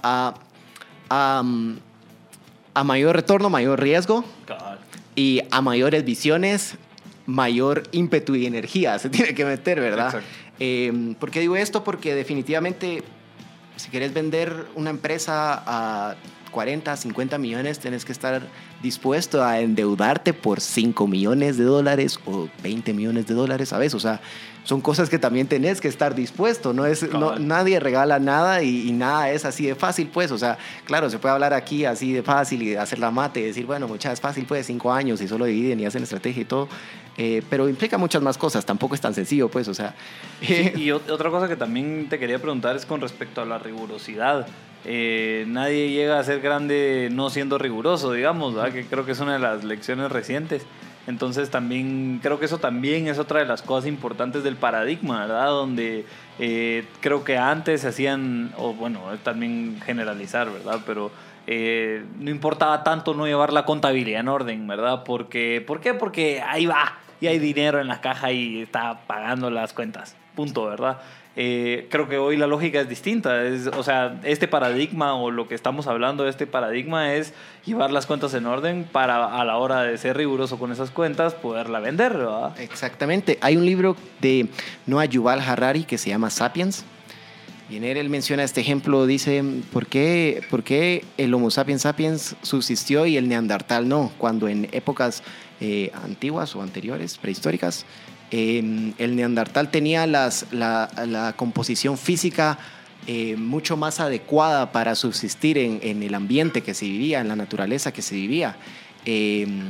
A mayor retorno, mayor riesgo. Cabal. Y a mayores visiones, mayor ímpetu y energía se tiene que meter, ¿verdad? ¿Por qué digo esto? Porque definitivamente, si querés vender una empresa a 40, 50 millones, tenés que estar dispuesto a endeudarte por 5 millones de dólares o 20 millones de dólares, ¿sabes? O sea, son cosas que también tenés que estar dispuesto. Nadie regala nada y nada es así de fácil, pues. O sea, claro, se puede hablar aquí así de fácil y hacer la mate y decir, bueno, muchas es fácil, pues, 5 años y solo dividen y hacen estrategia y todo. Pero implica muchas más cosas. Tampoco es tan sencillo, pues, o sea. Sí, y otra cosa que también te quería preguntar es con respecto a la rigurosidad. Nadie llega a ser grande no siendo riguroso, digamos, ¿verdad? Que creo que es una de las lecciones recientes. Entonces también creo que eso también es otra de las cosas importantes del paradigma, ¿verdad? Donde creo que antes se hacían, o bueno, también generalizar, ¿verdad? Pero no importaba tanto no llevar la contabilidad en orden, ¿verdad? ¿Por qué? Porque ahí va, y hay dinero en la caja y está pagando las cuentas, punto, ¿verdad? Creo que hoy la lógica es distinta. O sea, este paradigma o lo que estamos hablando de este paradigma es llevar las cuentas en orden para a la hora de ser riguroso con esas cuentas poderla vender, ¿verdad? Exactamente. Hay un libro de Noah Yuval Harari que se llama Sapiens. Y en él menciona este ejemplo, dice, ¿por qué el Homo sapiens sapiens subsistió y el Neandertal no? Cuando en épocas antiguas o anteriores, prehistóricas, el Neandertal tenía la composición física mucho más adecuada para subsistir en el ambiente que se vivía, en la naturaleza que se vivía. El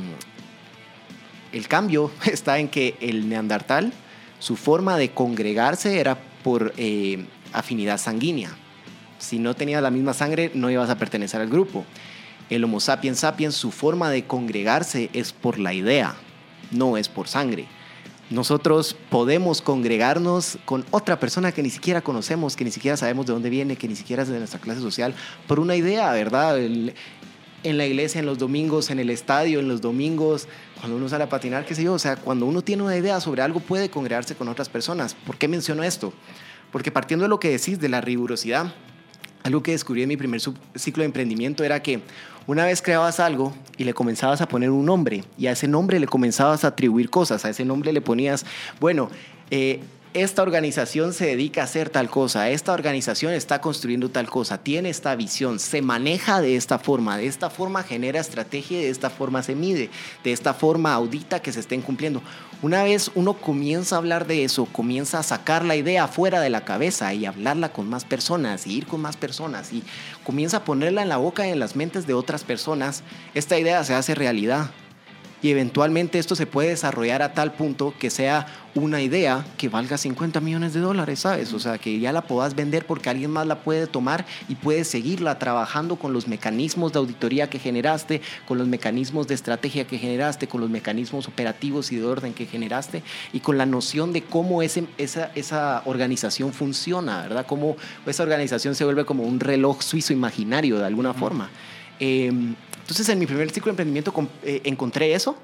cambio está en que el Neandertal, su forma de congregarse era por afinidad sanguínea. Si no tenías la misma sangre, no ibas a pertenecer al grupo. El Homo sapiens sapiens, su forma de congregarse es por la idea, no es por sangre. Nosotros podemos congregarnos con otra persona que ni siquiera conocemos, que ni siquiera sabemos de dónde viene, que ni siquiera es de nuestra clase social, por una idea, ¿verdad? En la iglesia, en los domingos, en el estadio, en los domingos, cuando uno sale a patinar, qué sé yo. O sea, cuando uno tiene una idea sobre algo, puede congregarse con otras personas. ¿Por qué menciono esto? Porque partiendo de lo que decís de la rigurosidad, algo que descubrí en mi primer ciclo de emprendimiento era que una vez creabas algo y le comenzabas a poner un nombre y a ese nombre le comenzabas a atribuir cosas, a ese nombre le ponías, bueno, esta organización se dedica a hacer tal cosa, esta organización está construyendo tal cosa, tiene esta visión, se maneja de esta forma genera estrategia y de esta forma se mide, de esta forma audita que se estén cumpliendo. Una vez uno comienza a hablar de eso, comienza a sacar la idea fuera de la cabeza y hablarla con más personas y ir con más personas y comienza a ponerla en la boca y en las mentes de otras personas, esta idea se hace realidad. Y eventualmente esto se puede desarrollar a tal punto que sea una idea que valga 50 millones de dólares, ¿sabes? O sea, que ya la puedas vender porque alguien más la puede tomar y puede seguirla trabajando con los mecanismos de auditoría que generaste, con los mecanismos de estrategia que generaste, con los mecanismos operativos y de orden que generaste y con la noción de cómo esa organización funciona, ¿verdad? Cómo esa organización se vuelve como un reloj suizo imaginario de alguna forma. Entonces, en mi primer ciclo de emprendimiento encontré eso.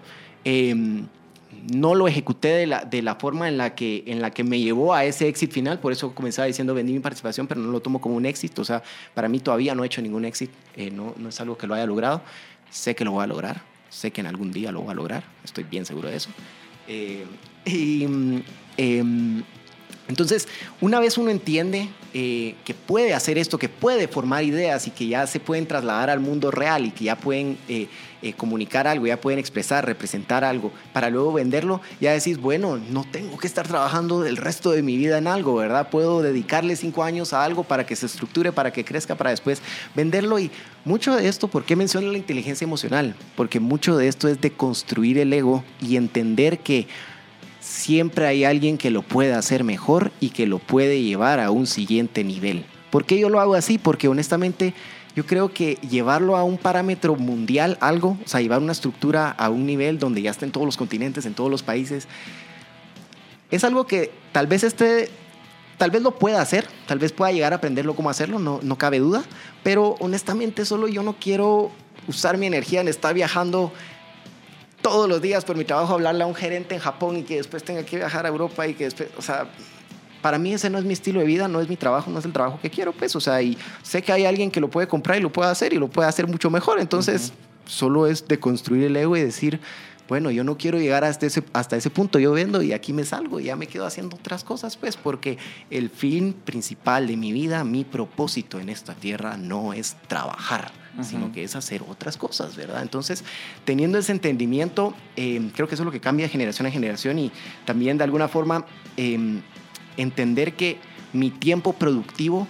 No lo ejecuté de la forma en la que me llevó a ese éxito final. Por eso comenzaba diciendo vendí mi participación, pero no lo tomo como un éxito. O sea, para mí todavía no he hecho ningún éxito. No es algo que lo haya logrado. Sé que lo voy a lograr. Sé que en algún día lo voy a lograr. Estoy bien seguro de eso. Entonces, una vez uno entiende que puede hacer esto, que puede formar ideas y que ya se pueden trasladar al mundo real y que ya pueden comunicar algo, ya pueden expresar, representar algo para luego venderlo, ya decís, bueno, no tengo que estar trabajando el resto de mi vida en algo, ¿verdad? Puedo dedicarle 5 años a algo para que se estructure, para que crezca, para después venderlo. Y mucho de esto, ¿por qué menciono la inteligencia emocional? Porque mucho de esto es de construir el ego y entender que siempre hay alguien que lo puede hacer mejor y que lo puede llevar a un siguiente nivel. ¿Por qué yo lo hago así? Porque honestamente yo creo que llevarlo a un parámetro mundial, o sea, llevar una estructura a un nivel donde ya está en todos los continentes, en todos los países, es algo que tal vez esté tal vez lo pueda hacer, tal vez pueda llegar a aprenderlo cómo hacerlo, no cabe duda, pero honestamente solo yo no quiero usar mi energía en estar viajando todos los días por mi trabajo, hablarle a un gerente en Japón y que después tenga que viajar a Europa y que después, o sea, para mí ese no es mi estilo de vida, no es mi trabajo, no es el trabajo que quiero, pues, o sea, y sé que hay alguien que lo puede comprar y lo puede hacer y lo puede hacer mucho mejor, entonces solo es de construir el ego y decir, bueno, yo no quiero llegar hasta ese punto, yo vendo y aquí me salgo y ya me quedo haciendo otras cosas, pues, porque el fin principal de mi vida, mi propósito en esta tierra no es trabajar, sino que es hacer otras cosas, ¿verdad? Entonces, teniendo ese entendimiento, creo que eso es lo que cambia de generación a generación y también de alguna forma entender que mi tiempo productivo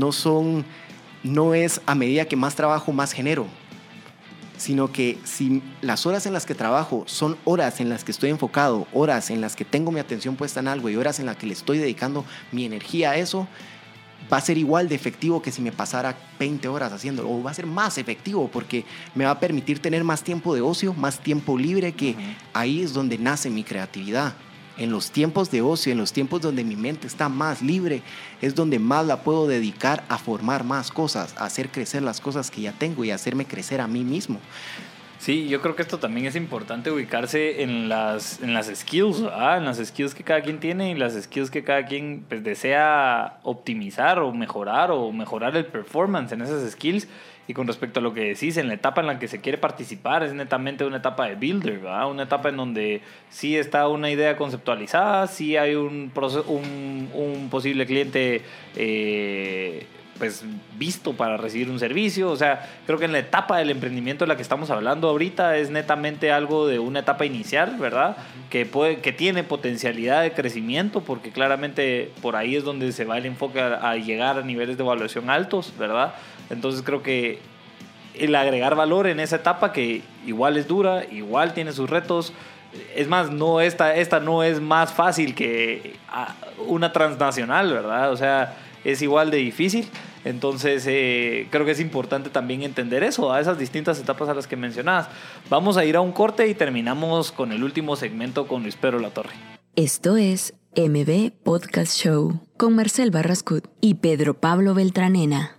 no es a medida que más trabajo, más genero, sino que si las horas en las que trabajo son horas en las que estoy enfocado, horas en las que tengo mi atención puesta en algo y horas en las que le estoy dedicando mi energía a eso, va a ser igual de efectivo que si me pasara 20 horas haciéndolo, o va a ser más efectivo porque me va a permitir tener más tiempo de ocio, más tiempo libre, que ahí es donde nace mi creatividad. En los tiempos de ocio, en los tiempos donde mi mente está más libre, es donde más la puedo dedicar a formar más cosas, a hacer crecer las cosas que ya tengo y a hacerme crecer a mí mismo. Sí, yo creo que esto también es importante ubicarse en las skills, en las skills que cada quien tiene y las skills que cada quien pues, desea optimizar o mejorar el performance en esas skills. Y con respecto a lo que decís, en la etapa en la que se quiere participar es netamente una etapa de builder, ¿verdad? Una etapa en donde sí está una idea conceptualizada, sí hay un posible cliente pues visto para recibir un servicio. O sea, creo que en la etapa del emprendimiento de la que estamos hablando ahorita es netamente algo de una etapa inicial, ¿verdad? Que tiene potencialidad de crecimiento, porque claramente por ahí es donde se va el enfoque a llegar a niveles de evaluación altos, ¿verdad? Entonces creo que el agregar valor en esa etapa, que igual es dura, igual tiene sus retos. Es más, esta no es más fácil que una transnacional, ¿verdad? O sea, es igual de difícil. Entonces creo que es importante también entender eso, a esas distintas etapas a las que mencionabas. Vamos a ir a un corte y terminamos con el último segmento con Luis Pedro Latorre. Esto es MB Podcast Show con Marcel Barrascut y Pedro Pablo Beltranena.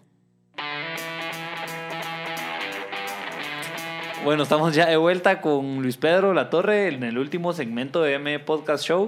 Bueno, estamos ya de vuelta con Luis Pedro Latorre en el último segmento de MB Podcast Show.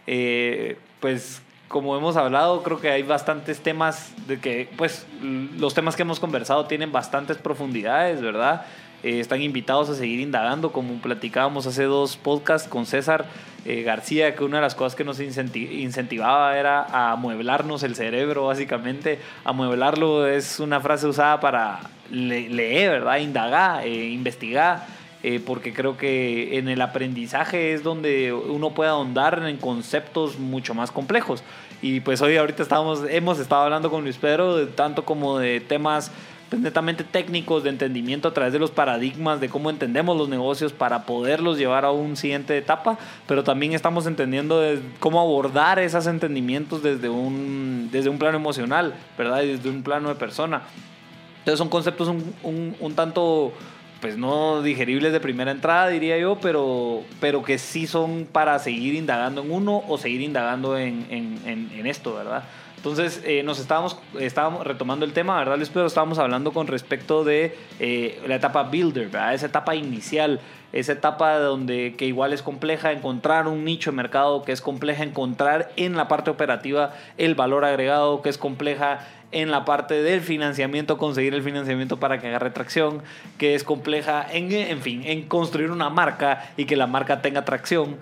Pues como hemos hablado, creo que hay bastantes temas de que, pues, los temas que hemos conversado tienen bastantes profundidades, ¿verdad? Están invitados a seguir indagando, como platicábamos hace 2 podcasts con César García, que una de las cosas que nos incentivaba era a amueblarnos el cerebro, básicamente. Amueblarlo es una frase usada para leer, ¿verdad? Indagar, investigar. Porque creo que en el aprendizaje es donde uno puede ahondar en conceptos mucho más complejos. Y pues hoy ahorita hemos estado hablando con Luis Pedro tanto como de temas pues, netamente técnicos, de entendimiento a través de los paradigmas, de cómo entendemos los negocios para poderlos llevar a un siguiente etapa, pero también estamos entendiendo cómo abordar esos entendimientos desde un plano emocional, ¿verdad? Y desde un plano de persona. Entonces son conceptos un tanto pues no digeribles de primera entrada, diría yo, pero que sí son para seguir indagando en uno o seguir indagando en esto, ¿verdad? Entonces estábamos retomando el tema, ¿verdad, Luis Pedro? Estábamos hablando con respecto de la etapa builder, ¿verdad? Esa etapa inicial, esa etapa que igual es compleja encontrar un nicho de mercado, que es compleja encontrar en la parte operativa el valor agregado, que es compleja en la parte del financiamiento, conseguir el financiamiento para que agarre tracción, que es compleja en construir una marca y que la marca tenga tracción.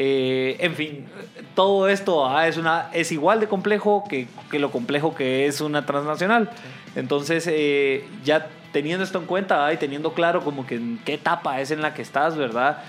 En fin, todo esto es igual de complejo que lo complejo que es una transnacional. Entonces, ya teniendo esto en cuenta y teniendo claro como que en qué etapa es en la que estás, ¿verdad?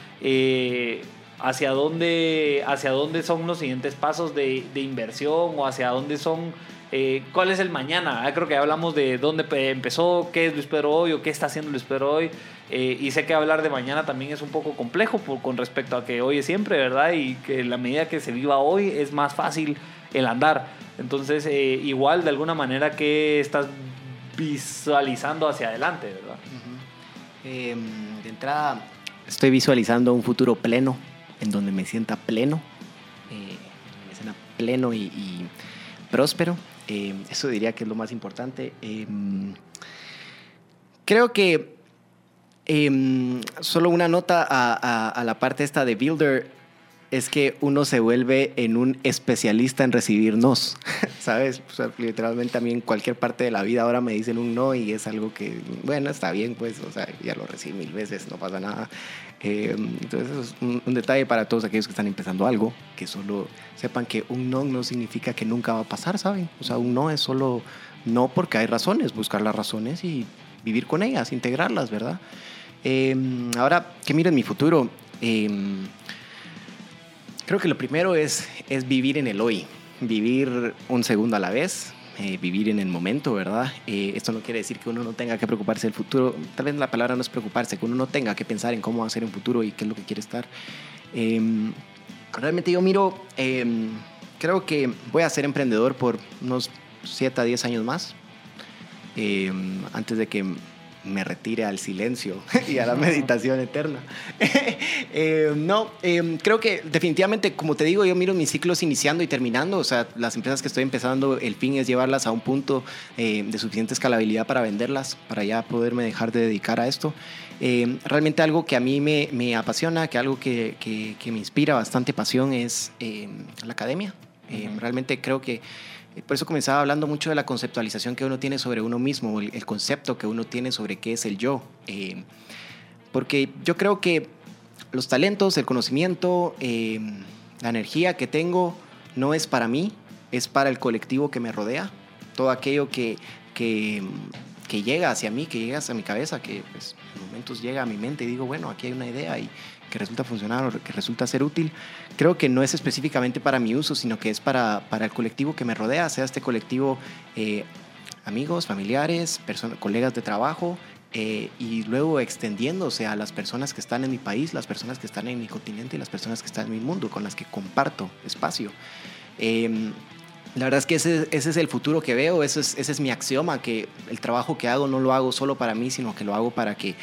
Hacia dónde son los siguientes pasos de inversión o hacia dónde son... ¿Cuál es el mañana? Creo que hablamos de dónde empezó, qué es Luis Pedro hoy o qué está haciendo Luis Pedro hoy. Y sé que hablar de mañana también es un poco complejo con respecto a que hoy es siempre, ¿verdad? Y que en la medida que se viva hoy es más fácil el andar. Entonces, igual de alguna manera que estás visualizando hacia adelante, ¿verdad? De entrada, estoy visualizando un futuro pleno, en donde me sienta pleno, y próspero. Eso diría que es lo más importante. Creo que solo una nota a la parte esta de Builder es que uno se vuelve en un especialista en recibir nos, ¿sabes? O sea, literalmente también cualquier parte de la vida ahora me dicen un no y es algo que, bueno, está bien, pues, o sea, ya lo recibí 1000 veces, no pasa nada. Entonces eso es un detalle para todos aquellos que están empezando algo, que solo sepan que un no significa que nunca va a pasar, ¿saben? O sea, un no es solo no porque hay razones, buscar las razones y vivir con ellas, integrarlas, ¿verdad? Ahora, que miren mi futuro, creo que lo primero es vivir en el hoy, vivir un segundo a la vez, vivir en el momento, ¿verdad? Esto no quiere decir que uno no tenga que preocuparse del futuro. Tal vez la palabra no es preocuparse, que uno no tenga que pensar en cómo va a ser un futuro y qué es lo que quiere estar. Realmente yo miro, creo que voy a ser emprendedor por unos 7 a 10 años más, antes de que me retire al silencio y a la meditación eterna. Creo que definitivamente, como te digo, yo miro mis ciclos iniciando y terminando. O sea, las empresas que estoy empezando, el fin es llevarlas a un punto de suficiente escalabilidad para venderlas, para ya poderme dejar de dedicar a esto. Realmente algo que a mí me apasiona, que algo que me inspira bastante pasión es la academia. Realmente creo que por eso comenzaba hablando mucho de la conceptualización que uno tiene sobre uno mismo, el concepto que uno tiene sobre qué es el yo. Porque yo creo que los talentos, el conocimiento, la energía que tengo no es para mí, es para el colectivo que me rodea. Todo aquello que llega hacia mí, que llega hacia mi cabeza, que pues, en momentos llega a mi mente y digo, bueno, aquí hay una idea y que resulta funcionar o que resulta ser útil, creo que no es específicamente para mi uso, sino que es para el colectivo que me rodea, sea este colectivo amigos, familiares, colegas de trabajo, y luego extendiéndose a las personas que están en mi país, las personas que están en mi continente y las personas que están en mi mundo, con las que comparto espacio. La verdad es que ese es el futuro que veo, ese es mi axioma, que el trabajo que hago no lo hago solo para mí, sino que lo hago para que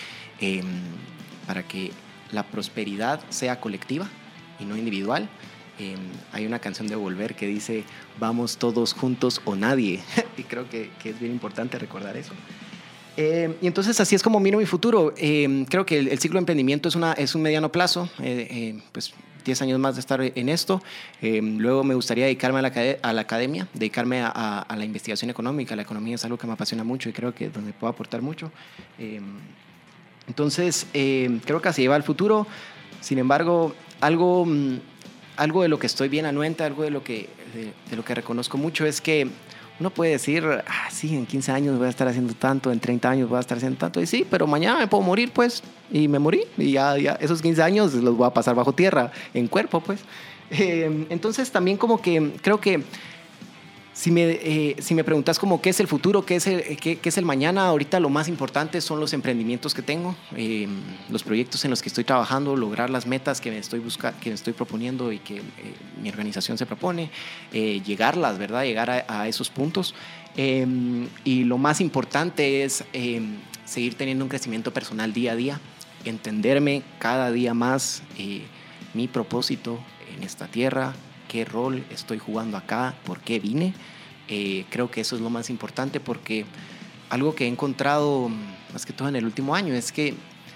la prosperidad sea colectiva y no individual. Hay una canción de Volver que dice vamos todos juntos o nadie y creo que es bien importante recordar eso. Y entonces así es como miro mi futuro. Creo que el ciclo de emprendimiento es un mediano plazo, pues 10 años más de estar en esto. Luego me gustaría dedicarme a la academia, dedicarme a la investigación económica. La economía es algo que me apasiona mucho y creo que es donde puedo aportar mucho. Entonces, creo que así va el futuro. Sin embargo, algo de lo que estoy bien anuente, algo de lo que reconozco mucho es que uno puede decir, sí, en 15 años voy a estar haciendo tanto, en 30 años voy a estar haciendo tanto, y sí, pero mañana me puedo morir, pues, y me morí, y ya esos 15 años los voy a pasar bajo tierra, en cuerpo, pues. Entonces, también como que creo que si me preguntas como qué es el futuro, qué es el mañana, ahorita lo más importante son los emprendimientos que tengo, los proyectos en los que estoy trabajando, lograr las metas que me estoy proponiendo y que mi organización se propone, llegarlas, ¿verdad? Llegar a esos puntos. Y lo más importante es seguir teniendo un crecimiento personal día a día, entenderme cada día más mi propósito en esta tierra, qué rol estoy jugando acá, por qué vine. Creo que eso es lo más importante, porque algo que he encontrado más que todo en el último año es que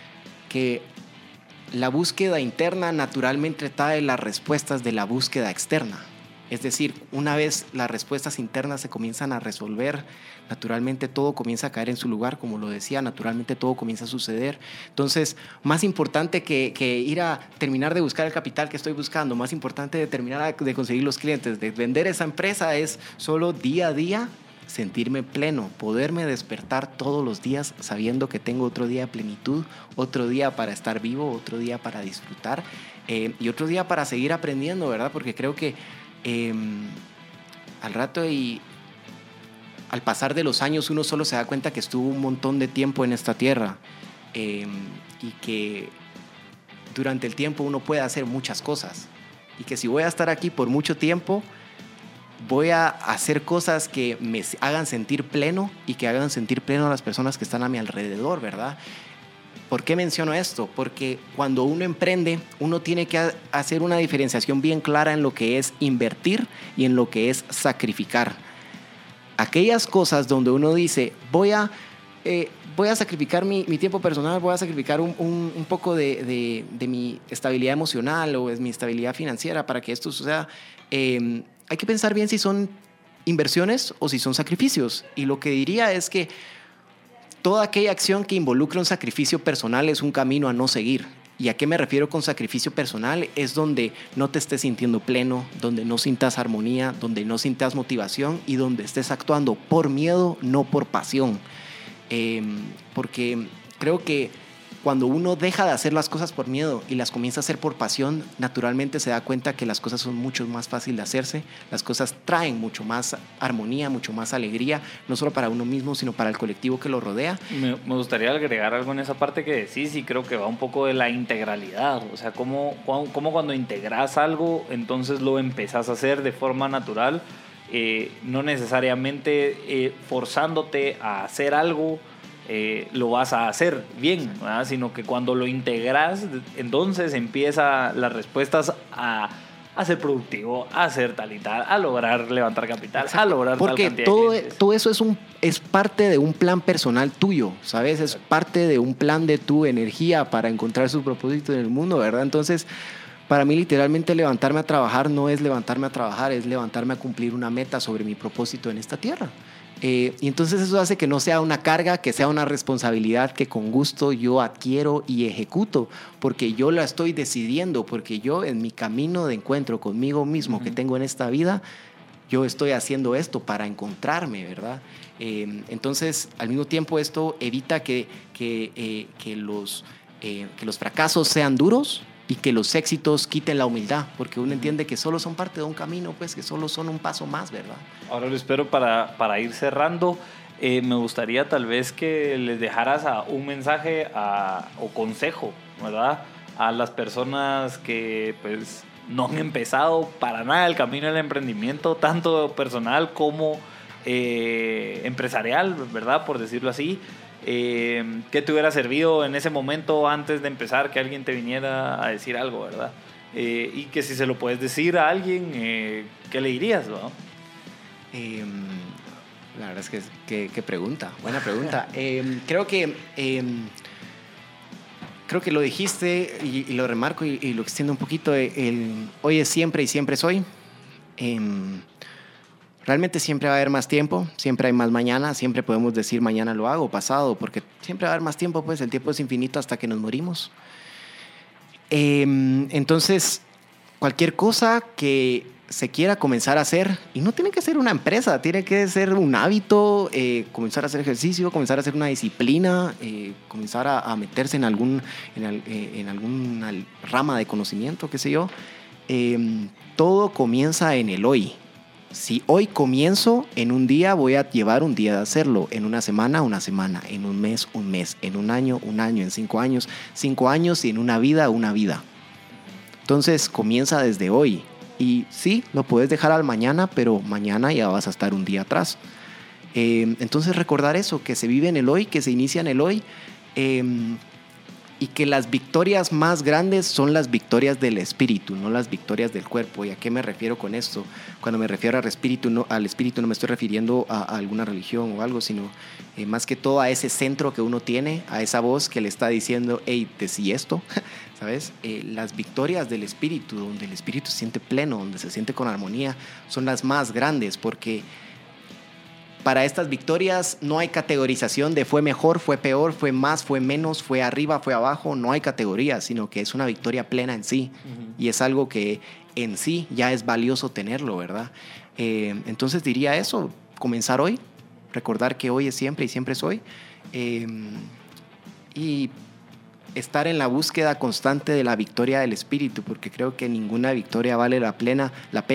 la búsqueda interna naturalmente trae las respuestas de la búsqueda externa. Es decir, una vez las respuestas internas se comienzan a resolver, naturalmente todo comienza a caer en su lugar, como lo decía, naturalmente todo comienza a suceder. Entonces, más importante que ir a terminar de buscar el capital que estoy buscando, más importante de terminar de conseguir los clientes, de vender esa empresa, es solo día a día sentirme pleno, poderme despertar todos los días sabiendo que tengo otro día de plenitud, otro día para estar vivo, otro día para disfrutar y otro día para seguir aprendiendo, ¿verdad? Porque creo que al rato y al pasar de los años uno solo se da cuenta que estuvo un montón de tiempo en esta tierra y que durante el tiempo uno puede hacer muchas cosas y que si voy a estar aquí por mucho tiempo voy a hacer cosas que me hagan sentir pleno y que hagan sentir pleno a las personas que están a mi alrededor, ¿verdad? ¿Por qué menciono esto? Porque cuando uno emprende, uno tiene que hacer una diferenciación bien clara en lo que es invertir y en lo que es sacrificar. aquellas cosas donde uno dice, voy a sacrificar mi tiempo personal, voy a sacrificar un poco de mi estabilidad emocional o de mi estabilidad financiera para que esto suceda. Hay que pensar bien si son inversiones o si son sacrificios. Y lo que diría es que toda aquella acción que involucra un sacrificio personal es un camino a no seguir. ¿Y a qué me refiero con sacrificio personal? Es donde no te estés sintiendo pleno, donde no sientas armonía, donde no sientas motivación y donde estés actuando por miedo, no por pasión. Porque creo que cuando uno deja de hacer las cosas por miedo y las comienza a hacer por pasión, naturalmente se da cuenta que las cosas son mucho más fáciles de hacerse, las cosas traen mucho más armonía, mucho más alegría, no solo para uno mismo, sino para el colectivo que lo rodea. Me gustaría agregar algo en esa parte que decís y creo que va un poco de la integralidad, o sea, cómo cuando integras algo, entonces lo empezás a hacer de forma natural, no necesariamente forzándote a hacer algo, lo vas a hacer bien, ¿verdad? Sino que cuando lo integras, entonces empieza las respuestas a ser productivo, a hacer tal y tal, a lograr levantar capital, a lograr porque tal cantidad de clientes. todo eso es parte de un plan personal tuyo, ¿sabes? Es parte de un plan de tu energía para encontrar su propósito en el mundo, ¿verdad? Entonces, para mí literalmente levantarme a trabajar no es levantarme a trabajar, es levantarme a cumplir una meta sobre mi propósito en esta tierra. Y entonces eso hace que no sea una carga, que sea una responsabilidad que con gusto yo adquiero y ejecuto, porque yo la estoy decidiendo, porque yo en mi camino de encuentro conmigo mismo que tengo en esta vida, yo estoy haciendo esto para encontrarme, ¿verdad? Entonces, al mismo tiempo esto evita que los fracasos sean duros y que los éxitos quiten la humildad, porque uno entiende que solo son parte de un camino, pues que solo son un paso más, ¿verdad? Ahora lo espero para ir cerrando. Me gustaría tal vez que les dejaras un mensaje o consejo, ¿verdad? A las personas que pues no han empezado para nada el camino del emprendimiento, tanto personal como empresarial, ¿verdad? Por decirlo así. ¿Qué te hubiera servido en ese momento antes de empezar que alguien te viniera a decir algo, ¿verdad? Y que si se lo puedes decir a alguien, ¿qué le dirías, no? La verdad es que qué pregunta, buena pregunta. Creo que lo dijiste y lo remarco y lo extiendo un poquito. Hoy es siempre y siempre soy. Realmente siempre va a haber más tiempo, siempre hay más mañana, siempre podemos decir mañana lo hago, pasado, porque siempre va a haber más tiempo, pues el tiempo es infinito hasta que nos morimos. Entonces, cualquier cosa que se quiera comenzar a hacer, y no tiene que ser una empresa, tiene que ser un hábito, comenzar a hacer ejercicio, comenzar a hacer una disciplina, comenzar a meterse en alguna rama de conocimiento, qué sé yo. Todo comienza en el hoy. Si hoy comienzo, en un día voy a llevar un día de hacerlo, en una semana, en un mes, en un año, en 5 años y en una vida. Entonces comienza desde hoy y sí, lo puedes dejar al mañana, pero mañana ya vas a estar un día atrás. Entonces recordar eso, que se vive en el hoy, que se inicia en el hoy, y que las victorias más grandes son las victorias del espíritu, no las victorias del cuerpo. ¿Y a qué me refiero con esto? Cuando me refiero al espíritu no me estoy refiriendo a alguna religión o algo, sino más que todo a ese centro que uno tiene, a esa voz que le está diciendo, hey, decí esto, ¿sabes? Las victorias del espíritu, donde el espíritu se siente pleno, donde se siente con armonía, son las más grandes, porque para estas victorias no hay categorización de fue mejor, fue peor, fue más, fue menos, fue arriba, fue abajo. No hay categoría, sino que es una victoria plena en sí. Y es algo que en sí ya es valioso tenerlo, ¿verdad? Entonces diría eso, comenzar hoy, recordar que hoy es siempre y siempre es hoy. Y estar en la búsqueda constante de la victoria del espíritu, porque creo que ninguna victoria vale la pena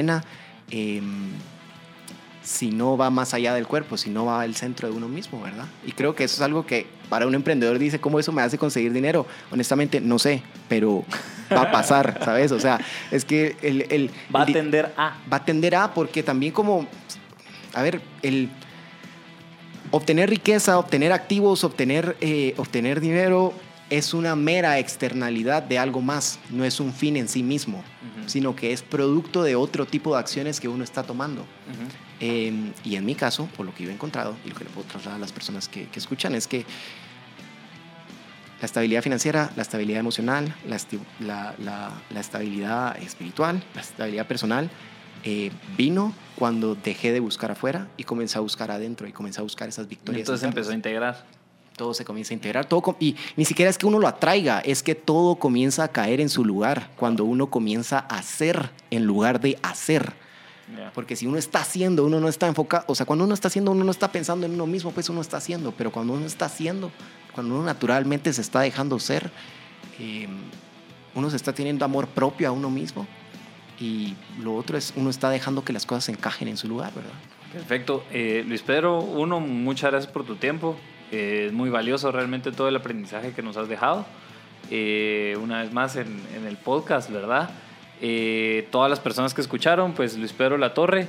si no va más allá del cuerpo, si no va al centro de uno mismo, ¿verdad? Y creo que eso es algo que para un emprendedor dice, ¿cómo eso me hace conseguir dinero? Honestamente, no sé, pero va a pasar, ¿sabes? O sea, es que va a tender a, porque también como, a ver, obtener riqueza, obtener activos, obtener dinero es una mera externalidad de algo más, no es un fin en sí mismo, sino que es producto de otro tipo de acciones que uno está tomando. Y en mi caso, por lo que yo he encontrado y lo que le puedo trasladar a las personas que escuchan, es que la estabilidad financiera, la estabilidad emocional, la estabilidad espiritual, la estabilidad personal, vino cuando dejé de buscar afuera y comencé a buscar adentro y comencé a buscar esas victorias. Entonces empezó a integrar. Todo se comienza a integrar, y ni siquiera es que uno lo atraiga, es que todo comienza a caer en su lugar cuando uno comienza a hacer en lugar de hacer. Yeah. Porque si uno está haciendo, uno no está enfocado, o sea, cuando uno está haciendo, uno no está pensando en uno mismo, pues uno está haciendo, pero cuando uno está haciendo, cuando uno naturalmente se está dejando ser, uno se está teniendo amor propio a uno mismo, y lo otro es, uno está dejando que las cosas se encajen en su lugar, ¿verdad? Perfecto. Luis Pedro, muchas gracias por tu tiempo. Es muy valioso realmente todo el aprendizaje que nos has dejado. Una vez más en el podcast, ¿verdad? Todas las personas que escucharon, pues Luis Pedro Latorre,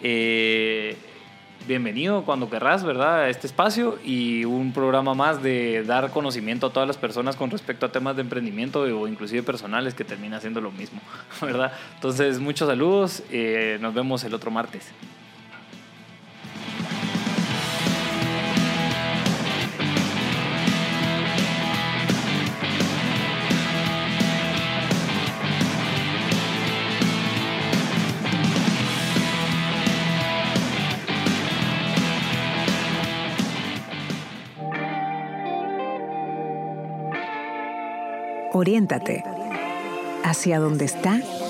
bienvenido cuando querrás, ¿verdad? A este espacio y un programa más de dar conocimiento a todas las personas con respecto a temas de emprendimiento o inclusive personales, que termina haciendo lo mismo, ¿verdad? Entonces, muchos saludos. Nos vemos el otro martes. Oriéntate hacia donde está